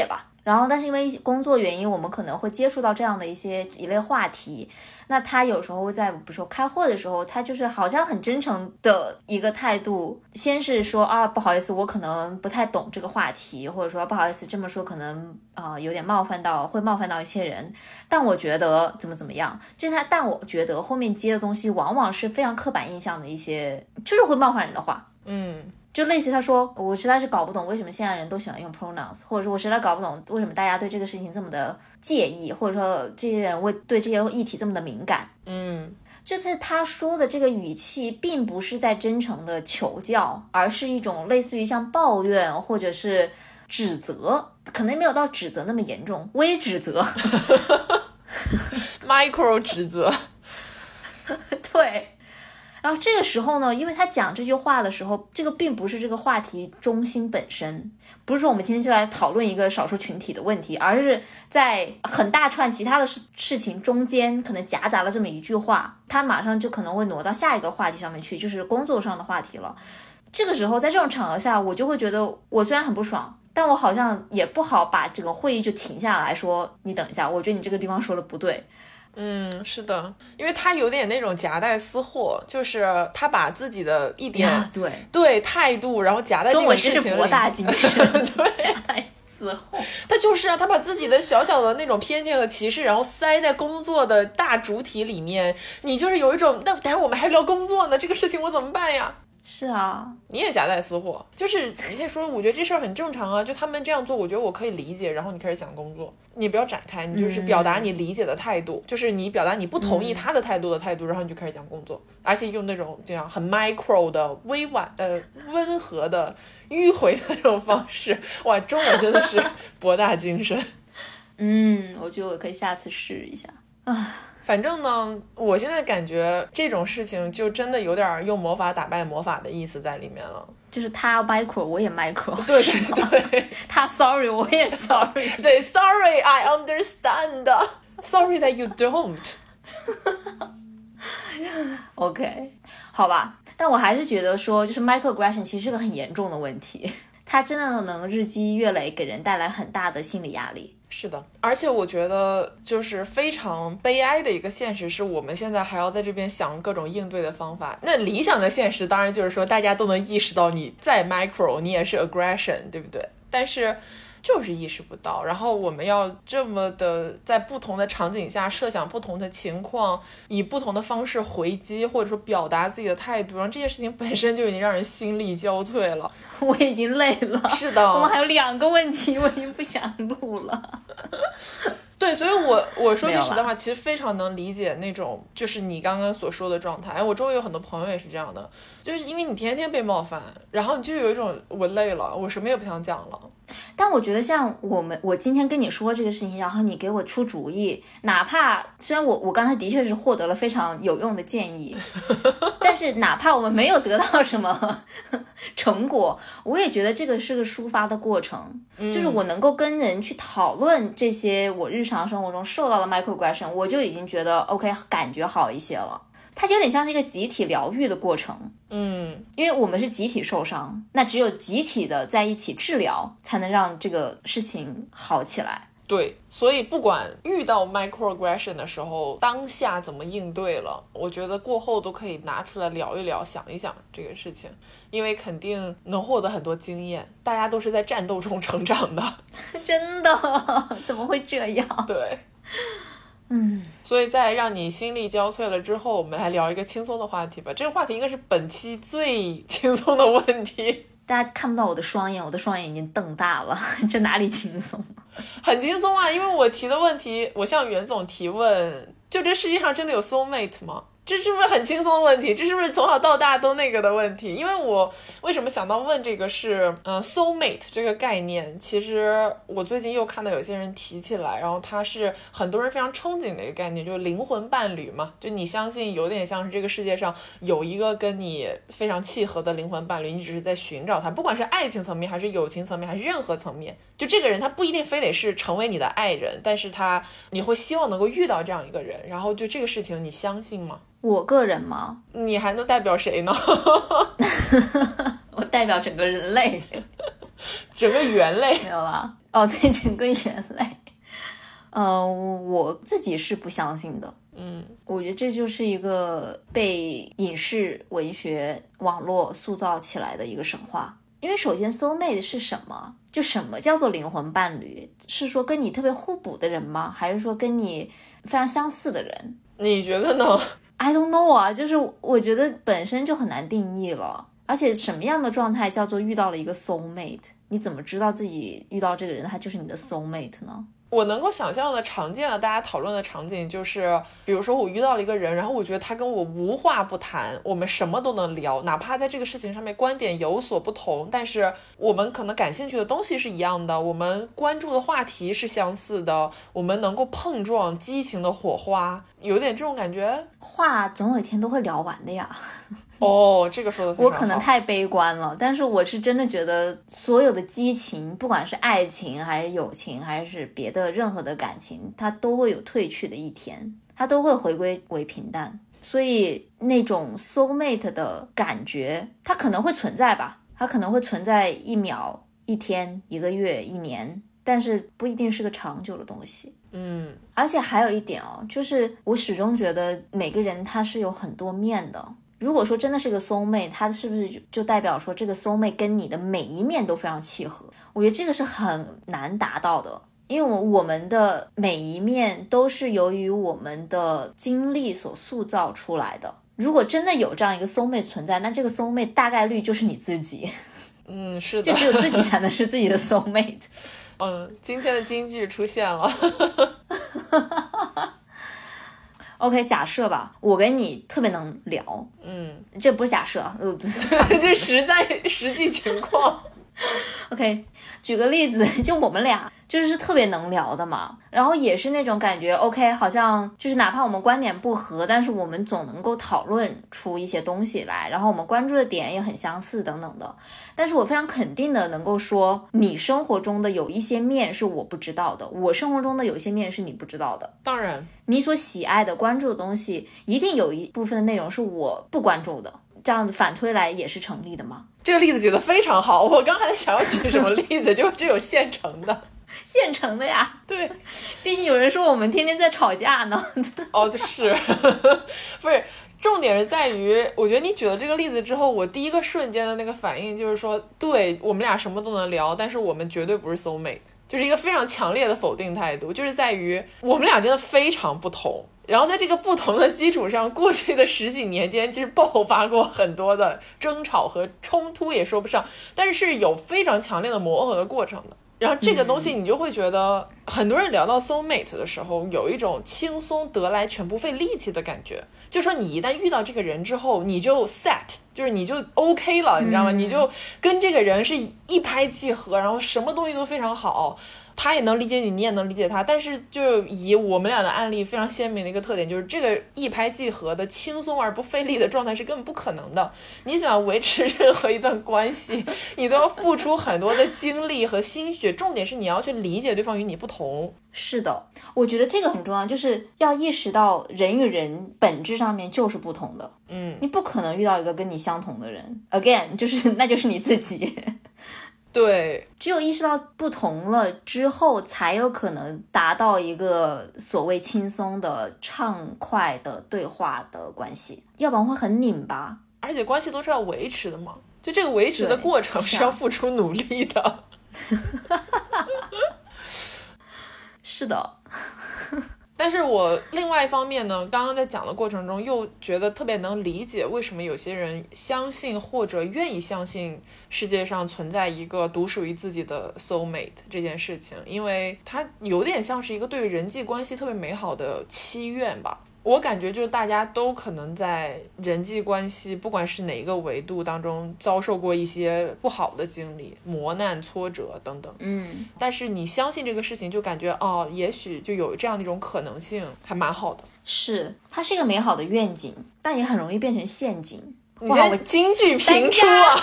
然后但是因为工作原因，我们可能会接触到这样的一些一类话题，那他有时候在比如说开会的时候，他就是好像很真诚的一个态度，先是说啊不好意思，我可能不太懂这个话题，或者说不好意思这么说可能啊、呃、有点冒犯到会冒犯到一些人，但我觉得怎么怎么样，这他但我觉得后面接的东西往往是非常刻板印象的一些，就是会冒犯人的话。 嗯， 就类似于他说我实在是搞不懂为什么现在人都喜欢用 pronouns， 或者说我实在搞不懂为什么大家对这个事情这么的介意，或者说这些人会对这些议题这么的敏感。 嗯， 就是他说的这个语气并不是在真诚的求教，而是一种类似于像抱怨或者是指责，可能没有到指责那么严重，微指责 micro 指责对。然后这个时候呢，因为他讲这句话的时候，这个并不是这个话题中心本身，不是说我们今天就来讨论一个少数群体的问题，而是在很大串其他的事事情中间可能夹杂了这么一句话，他马上就可能会挪到下一个话题上面去，就是工作上的话题了。这个时候在这种场合下，我就会觉得我虽然很不爽，但我好像也不好把这个会议就停下来说你等一下，我觉得你这个地方说的不对。 嗯，是的，因为他有点那种夹带私货，就是他把自己的一点对对态度，然后夹在这个事情里， 中文是博大精深， 对， 夹带私货。 他就是啊，他把自己的小小的那种偏见和歧视，然后塞在工作的大主体里面，你就是有一种，那等下我们还聊工作呢，这个事情我怎么办呀？ 是啊， 你也夹带私货，就是你可以说，我觉得这事儿很正常啊，就他们这样做，我觉得我可以理解。然后你开始讲工作，你不要展开，你就是表达你理解的态度，嗯、就是你表达你不同意他的态度的态度，嗯、然后你就开始讲工作，而且用那种这样很 micro 的、委婉的、温和的、迂回的那种方式。哇，中文真的是博大精深。 嗯，我觉得我可以下次试一下啊。 反正呢，我现在感觉这种事情就真的有点用魔法打败魔法的意思在里面了。 就是他 micro 我也 micro， 对对对， 他 sorry 我也 sorry， 对 sorry I understand sorry that you don't OK 好吧，但我还是觉得说就是 microaggression 其实是个很严重的问题，它真的能日积月累给人带来很大的心理压力。 是的，而且我觉得就是非常悲哀的一个现实是我们现在还要在这边想各种应对的方法。那理想的现实当然就是说大家都能意识到你在 micro 你也是 aggression， 对不对？但是就是意识不到，然后我们要这么的在不同的场景下设想不同的情况，以不同的方式回击或者说表达自己的态度，然后这件事情本身就已经让人心力交瘁了。 我已经累了。 是的， 我们还有两个问题，我已经不想录了。 对，所以我我说句实在话，其实非常能理解那种就是你刚刚所说的状态。我周围有很多朋友也是这样的，就是因为你天天被冒犯，然后你就有一种我累了，我什么也不想讲了。 但我觉得像我们，我今天跟你说这个事情，然后你给我出主意，哪怕虽然我我刚才的确是获得了非常有用的建议，但是哪怕我们没有得到什么成果，我也觉得这个是个抒发的过程，嗯、就是我能够跟人去讨论这些我日常生活中受到的 microaggression， 我就已经觉得 OK， 感觉好一些了。它有点像是一个集体疗愈的过程， 嗯， 因为我们是集体受伤，那只有集体的在一起治疗，才能让这个事情好起来。 对，所以不管遇到 microaggression 的时候，当下怎么应对了，我觉得过后都可以拿出来聊一聊，想一想这个事情，因为肯定能获得很多经验。大家都是在战斗中成长的， 真的？怎么会这样？ 对。 嗯， 所以在让你心力交瘁了之后，我们来聊一个轻松的话题吧。这个话题应该是本期最轻松的问题。 大家看不到我的双眼，我的双眼已经瞪大了，这哪里轻松？ 很轻松啊，因为我提的问题，我向袁总提问，就这世界上真的有 soul mate 吗？这是不是很轻松的问题？这是不是从小到大都那个的问题？因为我为什么想到问这个是呃 soul mate 这个概念，其实我最近又看到有些人提起来，然后它是很多人非常憧憬的一个概念，就是灵魂伴侣嘛，就你相信有点像是这个世界上有一个跟你非常契合的灵魂伴侣，你只是在寻找他，不管是爱情层面还是友情层面还是任何层面，就这个人他不一定非得是成为你的爱人，但是他你会希望能够遇到这样一个人，然后就这个事情你相信吗？ 我个人吗？ 你还能代表谁呢？ 我代表整个人类， 整个猿类。 没有啦。 哦，对，整个人类，呃，我自己是不相信的。 嗯， 我觉得这就是一个被影视、文学、网络塑造起来的一个神话。因为首先 soul mate 是什么？就什么叫做灵魂伴侣？是说跟你特别互补的人吗？还是说跟你非常相似的人？ 你觉得呢？ I don't know 啊，就是我觉得本身就很难定义了。而且什么样的状态叫做遇到了一个 soul mate？ 你怎么知道自己遇到这个人他就是你的 soul mate 呢？ 我能够想象的常见的大家讨论的场景就是，比如说我遇到了一个人，然后我觉得他跟我无话不谈，我们什么都能聊，哪怕在这个事情上面观点有所不同，但是我们可能感兴趣的东西是一样的，我们关注的话题是相似的，我们能够碰撞激情的火花，有点这种感觉。 话总有一天都会聊完的呀。 哦，这个说的非常好。 我可能太悲观了，但是我是真的觉得所有的激情，不管是爱情还是友情还是别的任何的感情，它都会有褪去的一天，它都会回归为平淡。所以那种 soul mate 的感觉它可能会存在吧，它可能会存在一秒、一天、一个月、一年，但是不一定是个长久的东西。 嗯， 而且还有一点哦，就是我始终觉得每个人他是有很多面的。如果说真的是个 soul mate， 它是不是就就代表说这个 soul mate 跟你的每一面都非常契合？我觉得这个是很难达到的，因为我们的每一面都是由于我们的经历所塑造出来的。如果真的有这样一个 soul mate 存在，那这个 soul mate 大概率就是你自己。 嗯，是的， 就只有自己才能是自己的 soul mate。 嗯，今天的金句出现了。 OK， 假设吧，我跟你特别能聊， 嗯， 这不是假设，呃， 这实在实际情况。 OK， 举个例子，就我们俩就是特别能聊的嘛，然后也是那种感觉 OK， 好像就是哪怕我们观点不合，但是我们总能够讨论出一些东西来，然后我们关注的点也很相似等等的。但是我非常肯定的能够说，你生活中的有一些面是我不知道的，我生活中的有一些面是你不知道的。 当然， 你所喜爱的关注的东西一定有一部分的内容是我不关注的，这样子反推来也是成立的吗？ 这个例子举得非常好，我刚还在想要举什么例子，就只有现成的。 现成的呀， 对， 毕竟有人说我们天天在吵架呢。 哦，是，不是，重点是在于，我觉得你举了这个例子之后，我第一个瞬间的那个反应就是说，对，我们俩什么都能聊，但是我们绝对不是 soul mate， 就是一个非常强烈的否定态度，就是在于我们俩真的非常不同。然后在这个不同的基础上，过去的十几年间其实爆发过很多的争吵和冲突，也说不上，但是是有非常强烈的磨合的过程的。然后这个东西你就会觉得，很多人聊到 soul mate 的时候，有一种轻松得来全不费力气的感觉，就说你一旦遇到这个人之后，你就 set， 就是你就 OK 了，你知道吗？你就跟这个人是一拍即合，然后什么东西都非常好，他也能理解你，你也能理解他。但是就以我们俩的案例非常鲜明的一个特点，就是这个一拍即合的轻松而不费力的状态是根本不可能的。你想维持任何一段关系，你都要付出很多的精力和心血，重点是你要去理解对方与你不同。 是的，我觉得这个很重要，就是要意识到人与人本质上面就是不同的。 嗯， 你不可能遇到一个跟你相同的人 ，again， 就是那就是你自己。 对， 只有意识到不同了之后，才有可能达到一个所谓轻松的、畅快的对话的关系，要不然会很拧巴。 而且关系都是要维持的嘛，就这个维持的过程是要付出努力的。 是的。 但是我另外一方面呢，刚刚在讲的过程中又觉得特别能理解为什么有些人相信或者愿意相信世界上存在一个独属于自己的 soul mate 这件事情，因为它有点像是一个对于人际关系特别美好的期愿吧。我感觉就是大家都可能在人际关系不管是哪一个维度当中遭受过一些不好的经历，磨难挫折等等， 嗯， 但是你相信这个事情，就感觉哦，也许就有这样的一种可能性，还蛮好的。 是，它是一个美好的愿景，但也很容易变成陷阱。 你现在京剧频出啊！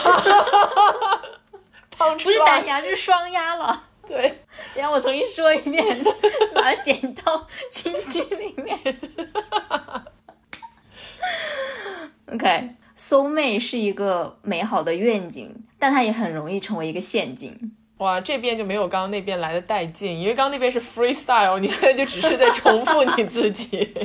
不是单压，是双压了。 对， 等一下我重新说一遍，把它剪到京剧里面。OK， soul mate 是一个美好的愿景，但它也很容易成为一个陷阱。 哇，这边就没有刚刚那边来的带劲，因为刚刚那边是 freestyle， 你现在就只是在重复你自己。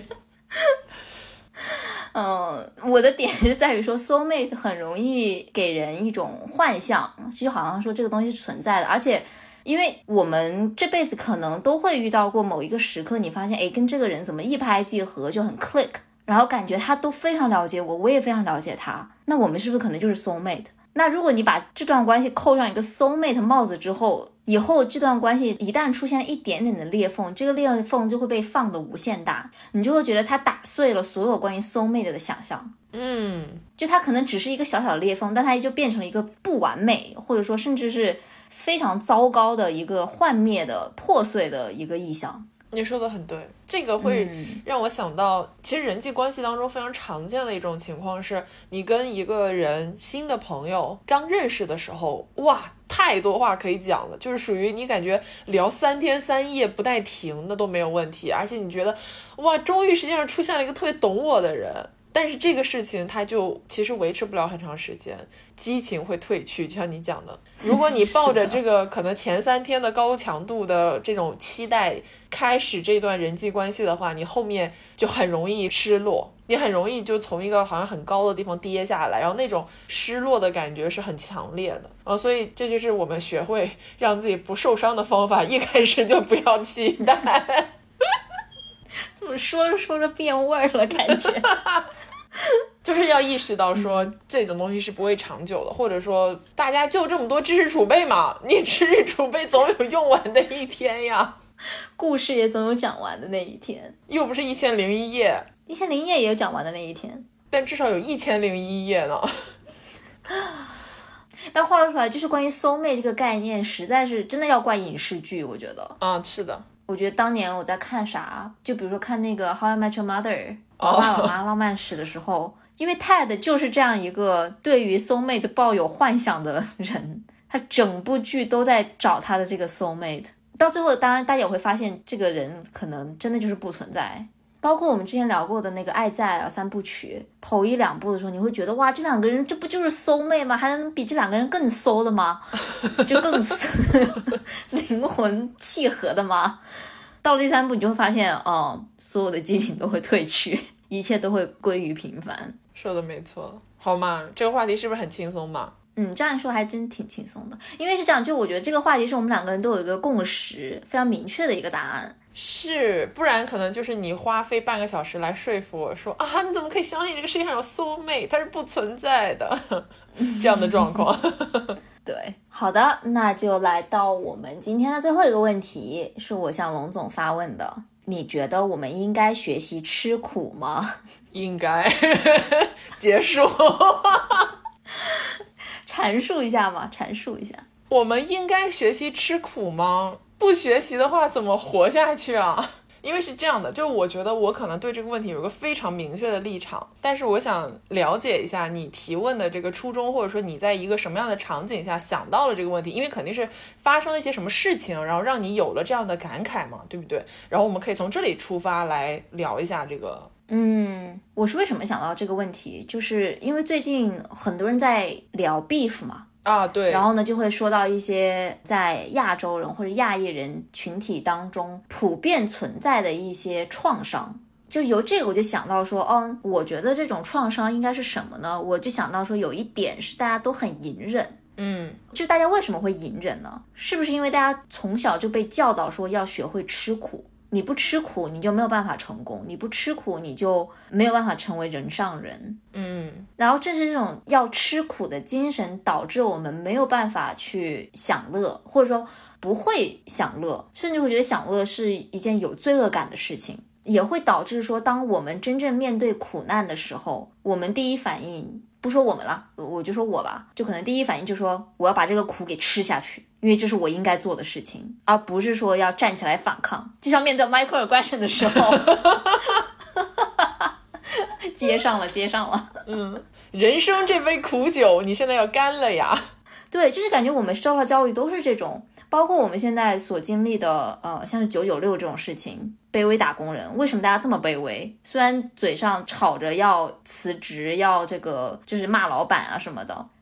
嗯，我的点是在于说 soul mate 很容易给人一种幻象，就好像说这个东西是存在的，而且因为我们这辈子可能都会遇到过某一个时刻，你发现诶，跟这个人怎么一拍即合，就很 click， 然后感觉他都非常了解我，我也非常了解他，那我们是不是可能就是 soul mate？ 那如果你把这段关系扣上一个 soul mate 帽子之后，以后这段关系一旦出现一点点的裂缝，这个裂缝就会被放得无限大，你就会觉得它打碎了所有关于 soul mate 的想象。 嗯， 就它可能只是一个小小的裂缝，但它就变成了一个不完美，或者说甚至是非常糟糕的一个幻灭的破碎的一个意象。 你说的很对，这个会让我想到、嗯、其实人际关系当中非常常见的一种情况是，你跟一个人新的朋友刚认识的时候，哇，太多话可以讲了，就是属于你感觉聊三天三夜不带停的都没有问题，而且你觉得哇，终于世界上出现了一个特别懂我的人。但是这个事情它就其实维持不了很长时间，激情会褪去，就像你讲的，如果你抱着这个可能前三天的高强度的这种期待开始这段人际关系的话，你后面就很容易失落，你很容易就从一个好像很高的地方跌下来，然后那种失落的感觉是很强烈的、呃、所以这就是我们学会让自己不受伤的方法，一开始就不要期待。 怎么说着说着变味了感觉。 就是要意识到说、嗯、这种东西是不会长久的，或者说大家就这么多知识储备嘛，你知识储备总有用完的一天呀， 故事也总有讲完的那一天， 又不是一千零一夜， 一千零一夜也有讲完的那一天， 但至少有一千零一夜呢。 但话说出来，就是关于 soul mate 这个概念实在是真的要怪影视剧，我觉得啊，是的， 我觉得当年我在看啥，就比如说看那个 How I Met Your Mother 我爸我妈浪漫史的时候、oh. 因为 Ted 就是这样一个对于 soul mate 抱有幻想的人，他整部剧都在找他的这个 soul mate， 到最后当然大家也会发现这个人可能真的就是不存在。包括我们之前聊过的那个爱在啊三部曲头一两部的时候，你会觉得哇，这两个人这不就是 soul mate 吗？还能比这两个人更 soul 的吗？就更灵魂契合的吗？到了第三部你就会发现哦，所有的激情都会褪去，一切都会归于平凡。 说的没错。好嘛，这个话题是不是很轻松嘛？ 嗯，这样说还真挺轻松的，因为是这样，就我觉得这个话题是我们两个人都有一个共识非常明确的一个答案， 是，不然可能就是你花费半个小时来说服我说啊，你怎么可以相信这个世界上有 soul mate， 它是不存在的这样的状况。 对，好的，那就来到我们今天的最后一个问题，是我向龙总发问的，你觉得我们应该学习吃苦吗？ 应该。结束。 阐述一下嘛，阐述一下。 我们应该学习吃苦吗？不学习的话怎么活下去啊？因为是这样的，就我觉得我可能对这个问题有个非常明确的立场，但是我想了解一下你提问的这个初衷，或者说你在一个什么样的场景下想到了这个问题，因为肯定是发生了一些什么事情，然后让你有了这样的感慨嘛，对不对？然后我们可以从这里出发来聊一下这个。 嗯，我是为什么想到这个问题，就是因为最近很多人在聊 beef 嘛， 啊，对， 然后呢就会说到一些在亚洲人或者亚裔人群体当中普遍存在的一些创伤，就是由这个我就想到说，哦，我觉得这种创伤应该是什么呢？我就想到说有一点是大家都很隐忍。 嗯， 就大家为什么会隐忍呢？是不是因为大家从小就被教导说要学会吃苦，你不吃苦你就没有办法成功，你不吃苦你就没有办法成为人上人。 嗯， 然后正是这种要吃苦的精神导致我们没有办法去享乐，或者说不会享乐，甚至会觉得享乐是一件有罪恶感的事情，也会导致说当我们真正面对苦难的时候，我们第一反应，不说我们了，我就说我吧，就可能第一反应就说我要把这个苦给吃下去，因为这是我应该做的事情，而不是说要站起来反抗，就像面对 microaggression 的时候。接上了接上了。 嗯，人生这杯苦酒你现在要干了呀。 对，就是感觉我们受到焦虑都是这种，包括我们现在所经历的呃，像是九九六这种事情，卑微打工人，为什么大家这么卑微？虽然嘴上吵着要辞职，要这个就是骂老板啊什么的，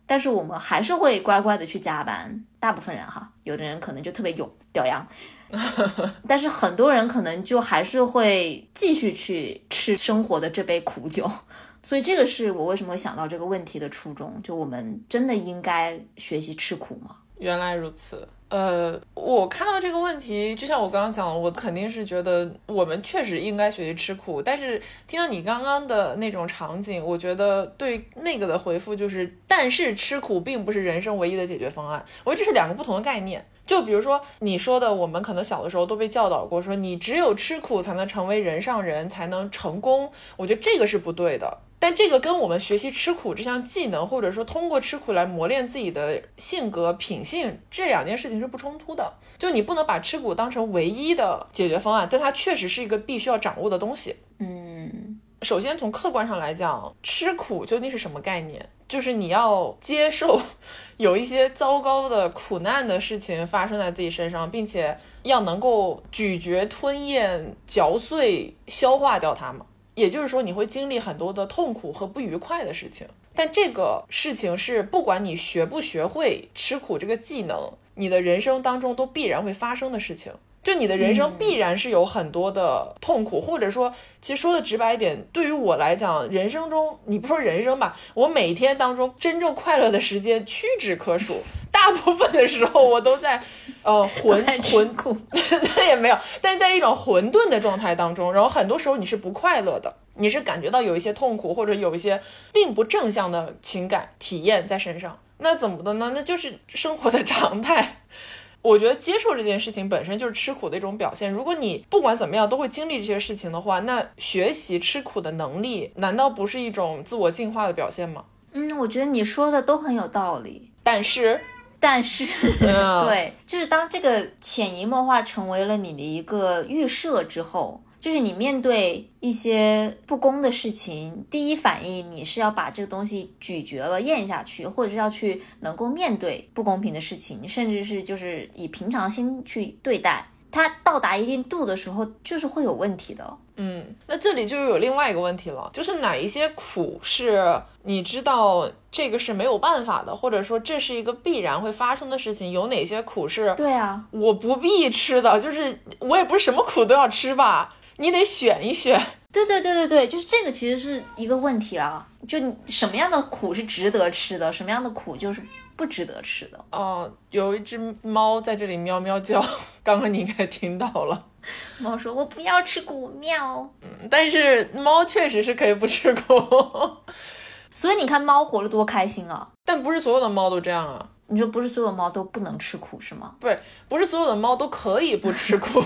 但是我们还是会乖乖的去加班，大部分人哈，有的人可能就特别勇表扬但是很多人可能就还是会继续去吃生活的这杯苦酒。所以这个是我为什么会想到这个问题的初衷，就我们真的应该学习吃苦吗？ 原来如此。呃，我看到这个问题，就像我刚刚讲的，我肯定是觉得我们确实应该学习吃苦，但是听到你刚刚的那种场景，我觉得对那个的回复就是，但是吃苦并不是人生唯一的解决方案。我觉得这是两个不同的概念。就比如说你说的，我们可能小的时候都被教导过，说你只有吃苦才能成为人上人，才能成功。我觉得这个是不对的。但这个跟我们学习吃苦这项技能，或者说通过吃苦来磨练自己的性格品性，这两件事情是不冲突的。就你不能把吃苦当成唯一的解决方案，但它确实是一个必须要掌握的东西。 嗯， 首先从客观上来讲，吃苦究竟是什么概念？就是你要接受有一些糟糕的苦难的事情发生在自己身上，并且要能够咀嚼吞咽嚼碎消化掉它们。也就是说你会经历很多的痛苦和不愉快的事情，但这个事情是不管你学不学会吃苦这个技能，你的人生当中都必然会发生的事情。就你的人生必然是有很多的痛苦、嗯、或者说其实说的直白一点，对于我来讲，人生中你不说人生吧，我每天当中真正快乐的时间屈指可数，大部分的时候我都在呃混混苦那也没有，但是在一种混沌的状态当中，然后很多时候你是不快乐的，你是感觉到有一些痛苦或者有一些并不正向的情感体验在身上。那怎么的呢？那就是生活的常态。我觉得接受这件事情本身就是吃苦的一种表现。如果你不管怎么样都会经历这些事情的话，那学习吃苦的能力难道不是一种自我进化的表现吗？ 嗯，我觉得你说的都很有道理。 但是但是、嗯、对，就是当这个潜移默化成为了你的一个预设之后，就是你面对一些不公的事情，第一反应你是要把这个东西咀嚼了咽下去，或者是要去能够面对不公平的事情，甚至是就是以平常心去对待它，到达一定度的时候就是会有问题的。 嗯，那这里就有另外一个问题了，就是哪一些苦是你知道这个是没有办法的，或者说这是一个必然会发生的事情，有哪些苦是对啊我不必吃的，就是我也不是什么苦都要吃吧，你得选一选。 对对对对对，就是这个其实是一个问题啦，就什么样的苦是值得吃的，什么样的苦就是不值得吃的。 哦，有一只猫在这里喵喵叫，刚刚你应该听到了。 猫说我不要吃苦，喵。 嗯，但是猫确实是可以不吃苦。 所以你看猫活得多开心啊。 但不是所有的猫都这样啊。 你说不是所有猫都不能吃苦是吗？ 不是，不是所有的猫都可以不吃苦。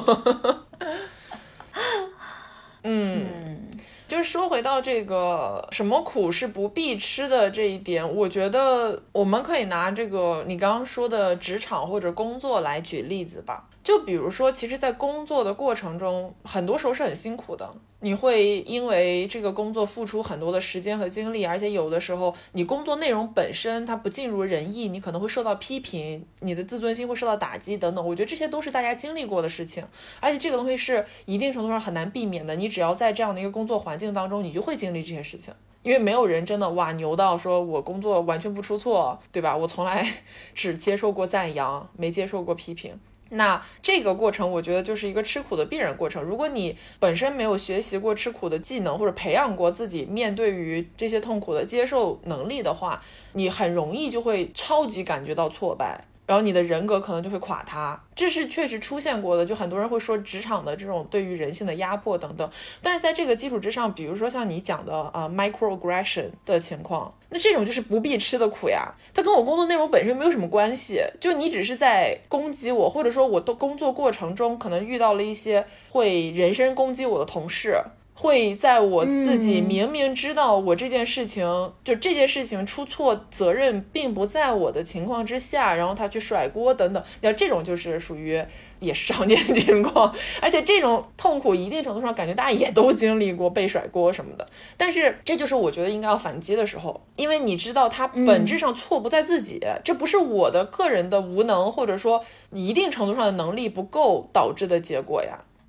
嗯, 嗯就是说回到这个什么苦是不必吃的这一点，我觉得我们可以拿这个你刚刚说的职场或者工作来举例子吧。就比如说其实在工作的过程中很多时候是很辛苦的，你会因为这个工作付出很多的时间和精力，而且有的时候你工作内容本身它不尽如人意，你可能会受到批评，你的自尊心会受到打击等等。我觉得这些都是大家经历过的事情，而且这个东西是一定程度上很难避免的，你只要在这样的一个工作环境当中，你就会经历这些事情。因为没有人真的哇牛到说我工作完全不出错，对吧？我从来只接受过赞扬，没接受过批评。那这个过程我觉得就是一个吃苦的必然过程。如果你本身没有学习过吃苦的技能，或者培养过自己面对于这些痛苦的接受能力的话，你很容易就会超级感觉到挫败，然后你的人格可能就会垮塌。这是确实出现过的，就很多人会说职场的这种对于人性的压迫等等。但是在这个基础之上，比如说像你讲的呃 microaggression 的情况，那这种就是不必吃的苦呀，它跟我工作内容本身没有什么关系，就你只是在攻击我，或者说我的工作过程中可能遇到了一些会人身攻击我的同事，会在我自己明明知道我这件事情、嗯、就这件事情出错责任并不在我的情况之下，然后他去甩锅等等，要这种就是属于也是常见情况。而且这种痛苦一定程度上感觉大家也都经历过，被甩锅什么的。但是这就是我觉得应该要反击的时候，因为你知道他本质上错不在自己、嗯、这不是我的个人的无能，或者说一定程度上的能力不够导致的结果呀。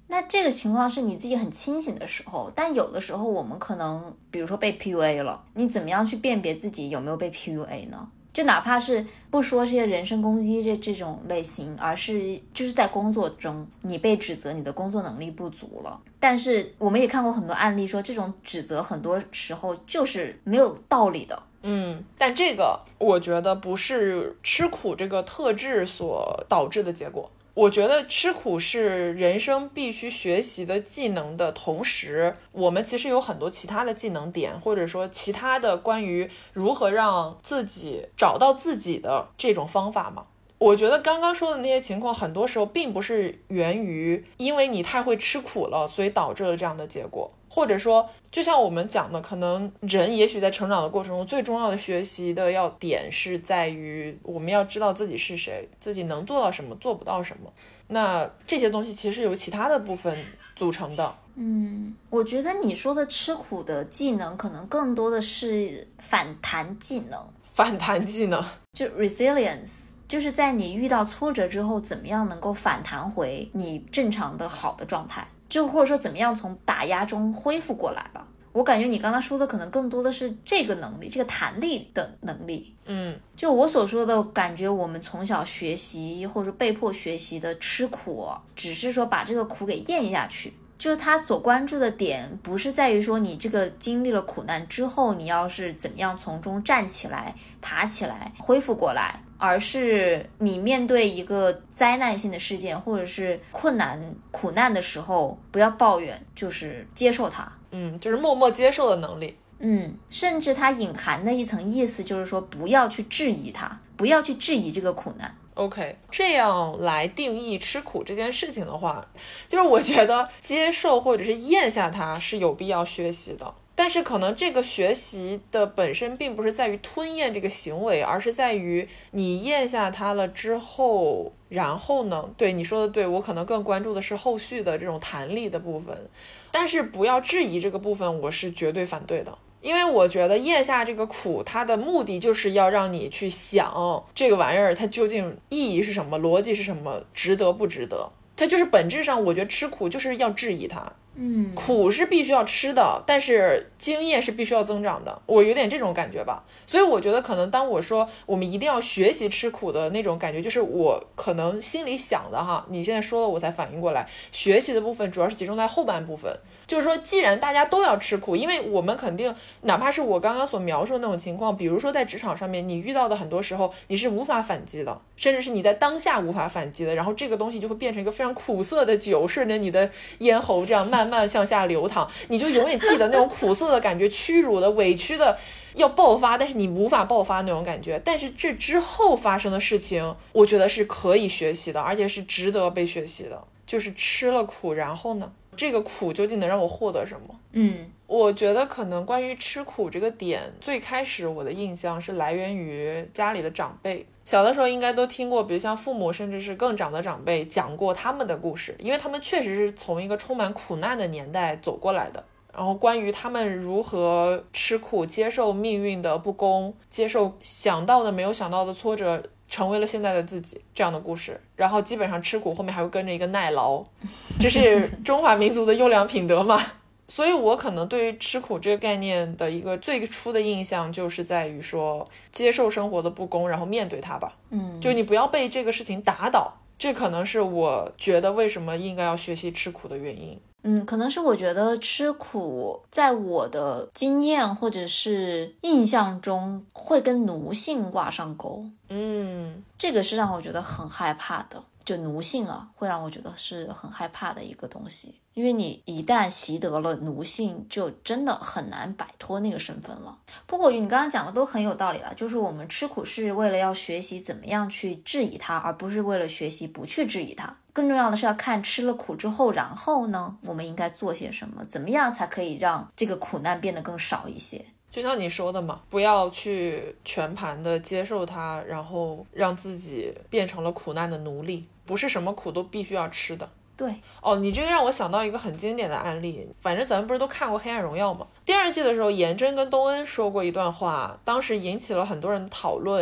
那这个情况是你自己很清醒的时候，但有的时候我们可能比如说被 P U A 了，你怎么样去辨别自己有没有被 P U A 呢？就哪怕是不说这些人身攻击这这种类型，而是就是在工作中你被指责你的工作能力不足了，但是我们也看过很多案例说这种指责很多时候就是没有道理的。 嗯，但这个我觉得不是吃苦这个特质所导致的结果。我觉得吃苦是人生必须学习的技能的同时，我们其实有很多其他的技能点，或者说其他的关于如何让自己找到自己的这种方法嘛。我觉得刚刚说的那些情况很多时候并不是源于因为你太会吃苦了所以导致了这样的结果，或者说就像我们讲的，可能人也许在成长的过程中最重要的学习的要点是在于我们要知道自己是谁，自己能做到什么，做不到什么，那这些东西其实由其他的部分组成的。 嗯，我觉得你说的吃苦的技能可能更多的是反弹技能。 反弹技能就 resilience，就是在你遇到挫折之后怎么样能够反弹回你正常的好的状态，就或者说怎么样从打压中恢复过来吧。我感觉你刚刚说的可能更多的是这个能力，这个弹力的能力。 嗯， 就我所说的感觉，我们从小学习或者被迫学习的吃苦，只是说把这个苦给咽下去，就是他所关注的点不是在于说你这个经历了苦难之后你要是怎么样从中站起来爬起来恢复过来，而是你面对一个灾难性的事件或者是困难苦难的时候不要抱怨，就是接受它。 嗯，就是默默接受的能力。 嗯，甚至它隐含的一层意思就是说不要去质疑它，不要去质疑这个苦难。 OK， 这样来定义吃苦这件事情的话，就是我觉得接受或者是咽下它是有必要学习的，但是可能这个学习的本身并不是在于吞咽这个行为，而是在于你咽下它了之后，然后呢，对，你说的对，我可能更关注的是后续的这种弹力的部分，但是不要质疑这个部分，我是绝对反对的。因为我觉得咽下这个苦，它的目的就是要让你去想这个玩意儿它究竟意义是什么，逻辑是什么，值得不值得。它就是本质上我觉得吃苦就是要质疑它。 嗯， 苦是必须要吃的，但是经验是必须要增长的，我有点这种感觉吧。所以我觉得可能当我说我们一定要学习吃苦的那种感觉，就是我可能心里想的哈，你现在说了我才反应过来，学习的部分主要是集中在后半部分，就是说既然大家都要吃苦，因为我们肯定哪怕是我刚刚所描述的那种情况，比如说在职场上面你遇到的很多时候你是无法反击的，甚至是你在当下无法反击的，然后这个东西就会变成一个非常苦涩的酒，顺着你的咽喉这样慢慢向下流淌，你就永远记得那种苦涩的感觉，屈辱的委屈的要爆发，但是你无法爆发那种感觉。但是这之后发生的事情我觉得是可以学习的，而且是值得被学习的，就是吃了苦然后呢，这个苦究竟能让我获得什么。 嗯， 我觉得可能关于吃苦这个点，最开始我的印象是来源于家里的长辈，小的时候应该都听过，比如像父母甚至是更长的长辈讲过他们的故事，因为他们确实是从一个充满苦难的年代走过来的，然后关于他们如何吃苦，接受命运的不公，接受想到的没有想到的挫折，成为了现在的自己这样的故事。然后基本上吃苦后面还会跟着一个耐劳，这是中华民族的优良品德嘛。所以我可能对于吃苦这个概念的一个最初的印象就是在于说接受生活的不公，然后面对它吧。 嗯， 就你不要被这个事情打倒，这可能是我觉得为什么应该要学习吃苦的原因。 嗯，可能是我觉得吃苦在我的经验或者是印象中会跟奴性挂上钩。 嗯， 这个是让我觉得很害怕的，就奴性啊，会让我觉得是很害怕的一个东西。因为你一旦习得了奴性，就真的很难摆脱那个身份了。不过你刚刚讲的都很有道理了，就是我们吃苦是为了要学习怎么样去质疑它，而不是为了学习不去质疑它。更重要的是要看吃了苦之后，然后呢，我们应该做些什么，怎么样才可以让这个苦难变得更少一些。 就像你说的嘛，不要去全盘的接受它，然后让自己变成了苦难的奴隶，不是什么苦都必须要吃的。 对哦，你这个让我想到一个很经典的案例，反正咱们不是都看过《黑暗荣耀》吗？第二季的时候，颜真跟东恩说过一段话，当时引起了很多人的讨论。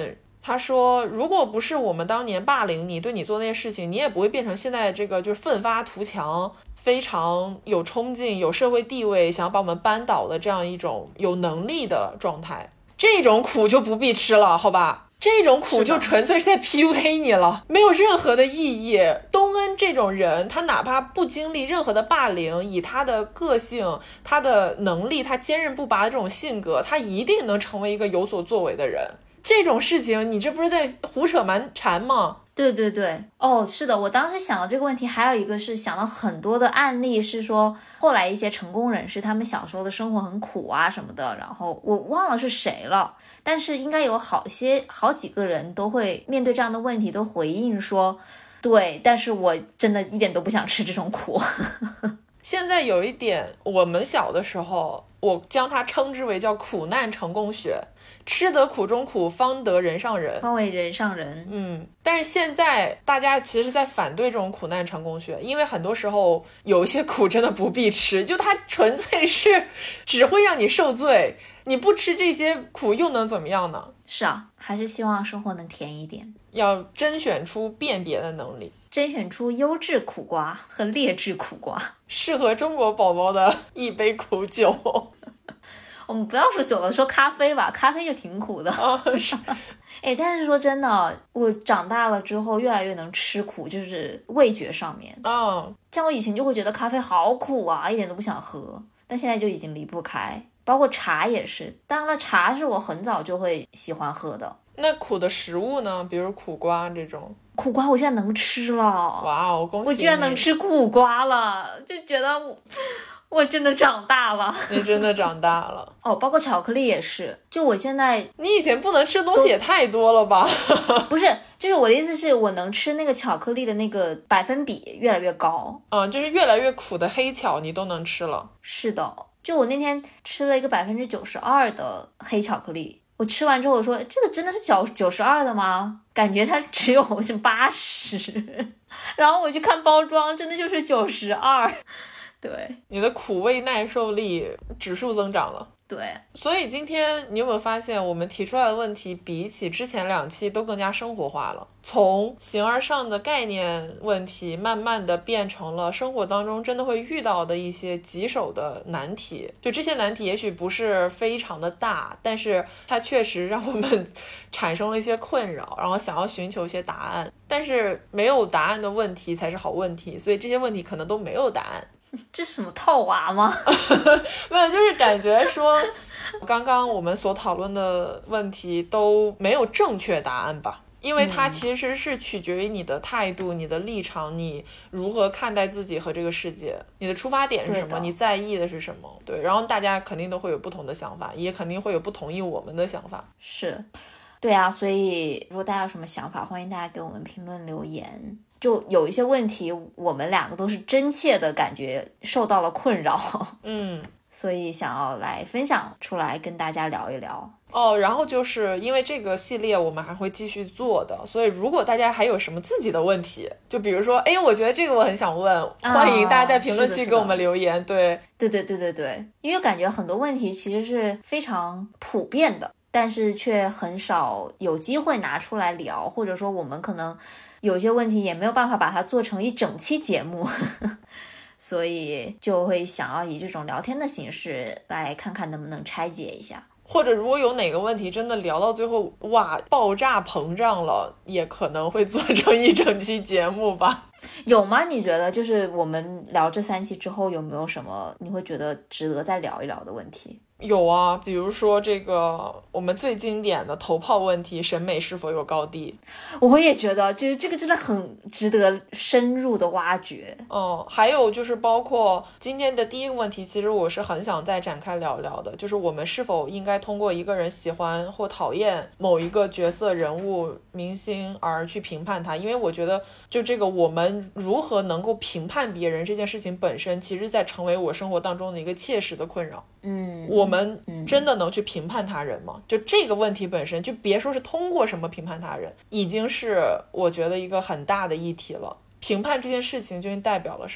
他说如果不是我们当年霸凌你，对你做那些事情，你也不会变成现在这个就是奋发图强，非常有冲劲，有社会地位，想要把我们扳倒的这样一种有能力的状态。这种苦就不必吃了，好吧，这种苦就纯粹是在 P U A 你了，没有任何的意义。东恩这种人，他哪怕不经历任何的霸凌，以他的个性，他的能力，他坚韧不拔的这种性格，他一定能成为一个有所作为的人。这种事情你这不是在胡扯蛮缠吗？ 对对对，哦，是的，我当时想到这个问题，还有一个是想到很多的案例，是说后来一些成功人士，他们小时候的生活很苦啊什么的，然后我忘了是谁了，但是应该有好些好几个人都会面对这样的问题，都回应说，对，但是我真的一点都不想吃这种苦。 现在有一点，我们小的时候，我将它称之为叫苦难成功学。吃得苦中苦，方得人上人， 方为人上人。 嗯，但是现在大家其实在反对这种苦难成功学，因为很多时候有一些苦真的不必吃，就它纯粹是只会让你受罪，你不吃这些苦又能怎么样呢？ 是啊，还是希望生活能甜一点， 要甄选出辨别的能力， 甄选出优质苦瓜和劣质苦瓜， 适合中国宝宝的一杯苦酒。 我们不要说酒了，说咖啡吧，咖啡就挺苦的。 哦，是。 哎，但是说真的，我长大了之后越来越能吃苦，就是味觉上面。 哦， 像我以前就会觉得咖啡好苦啊，一点都不想喝，但现在就已经离不开。包括茶也是，当然了，茶是我很早就会喜欢喝的。 那苦的食物呢？比如苦瓜这种。 苦瓜我现在能吃了。 哇哦，恭喜你！ 我居然能吃苦瓜了，就觉得我。我真的长大了， 你真的长大了哦，包括巧克力也是。就我现在， 你以前不能吃的东西也太多了吧？ 不是，就是我的意思是我能吃那个巧克力的那个百分比越来越高。 嗯，就是越来越苦的黑巧你都能吃了。 是的，就我那天吃了一个百分之九十二的黑巧克力，我吃完之后我说这个真的是九九十二的吗？感觉它只有是八十，然后我去看包装，真的就是九十二。对， 你的苦味耐受力指数增长了。 对， 所以今天你有没有发现，我们提出来的问题比起之前两期都更加生活化了，从形而上的概念问题慢慢的变成了生活当中真的会遇到的一些棘手的难题。就这些难题也许不是非常的大，但是它确实让我们产生了一些困扰，然后想要寻求一些答案，但是没有答案的问题才是好问题，所以这些问题可能都没有答案。 这是什么套娃吗？ 没有，就是感觉说刚刚我们所讨论的问题都没有正确答案吧，因为它其实是取决于你的态度、你的立场，你如何看待自己和这个世界，你的出发点是什么，你在意的是什么。对，然后大家肯定都会有不同的想法，也肯定会有不同意我们的想法。 是，对啊，所以如果大家有什么想法，欢迎大家给我们评论留言。就有一些问题我们两个都是真切的感觉受到了困扰， 嗯， 所以想要来分享出来跟大家聊一聊。 哦，然后就是因为这个系列我们还会继续做的，所以如果大家还有什么自己的问题，就比如说哎，我觉得这个我很想问、啊、欢迎大家在评论区给我们留言。对对对对对对，因为感觉很多问题其实是非常普遍的，但是却很少有机会拿出来聊，或者说我们可能有些问题也没有办法把它做成一整期节目所以就会想要以这种聊天的形式来看看能不能拆解一下， 或者如果有哪个问题真的聊到最后哇爆炸膨胀了，也可能会做成一整期节目吧。 有吗？你觉得就是我们聊这三期之后有没有什么你会觉得值得再聊一聊的问题？ 有啊，比如说这个我们最经典的头炮问题，审美是否有高低。 我也觉得就是这个真的很值得深入的挖掘。 嗯，还有就是包括今天的第一个问题，其实我是很想再展开聊聊的，就是我们是否应该通过一个人喜欢或讨厌某一个角色人物明星而去评判他。因为我觉得就这个我们如何能够评判别人这件事情本身，其实在成为我生活当中的一个切实的困扰。 嗯， 我们真的能去评判他人吗？就这个问题本身，就别说是通过什么评判他人，已经是我觉得一个很大的议题了。评判这件事情究竟代表了什么呢？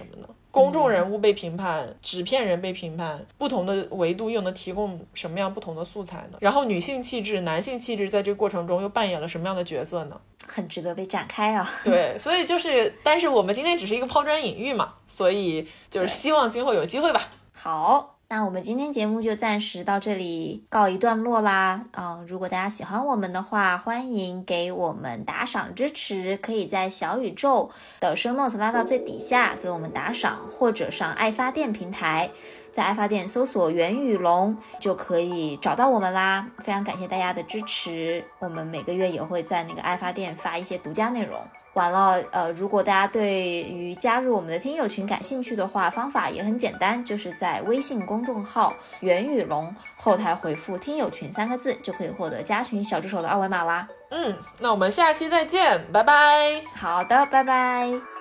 公众人物被评判、嗯、纸片人被评判，不同的维度又能提供什么样不同的素材呢？然后女性气质、男性气质在这个过程中又扮演了什么样的角色呢？ 很值得被展开啊。 对，所以就是但是我们今天只是一个抛砖引玉嘛，所以就是希望今后有机会吧。 好，那我们今天节目就暂时到这里告一段落啦。嗯，如果大家喜欢我们的话，欢迎给我们打赏支持，可以在小宇宙的 show notes 拉到最底下给我们打赏，或者上爱发电平台，在爱发电搜索袁宇龙就可以找到我们啦。非常感谢大家的支持，我们每个月也会在那个爱发电发一些独家内容。完了，呃，如果大家对于加入我们的听友群感兴趣的话，方法也很简单，就是在微信公众号袁宇龙后台回复听友群三个字，就可以获得加群小助手的二维码啦。 嗯，那我们下期再见，拜拜。 好的，拜拜。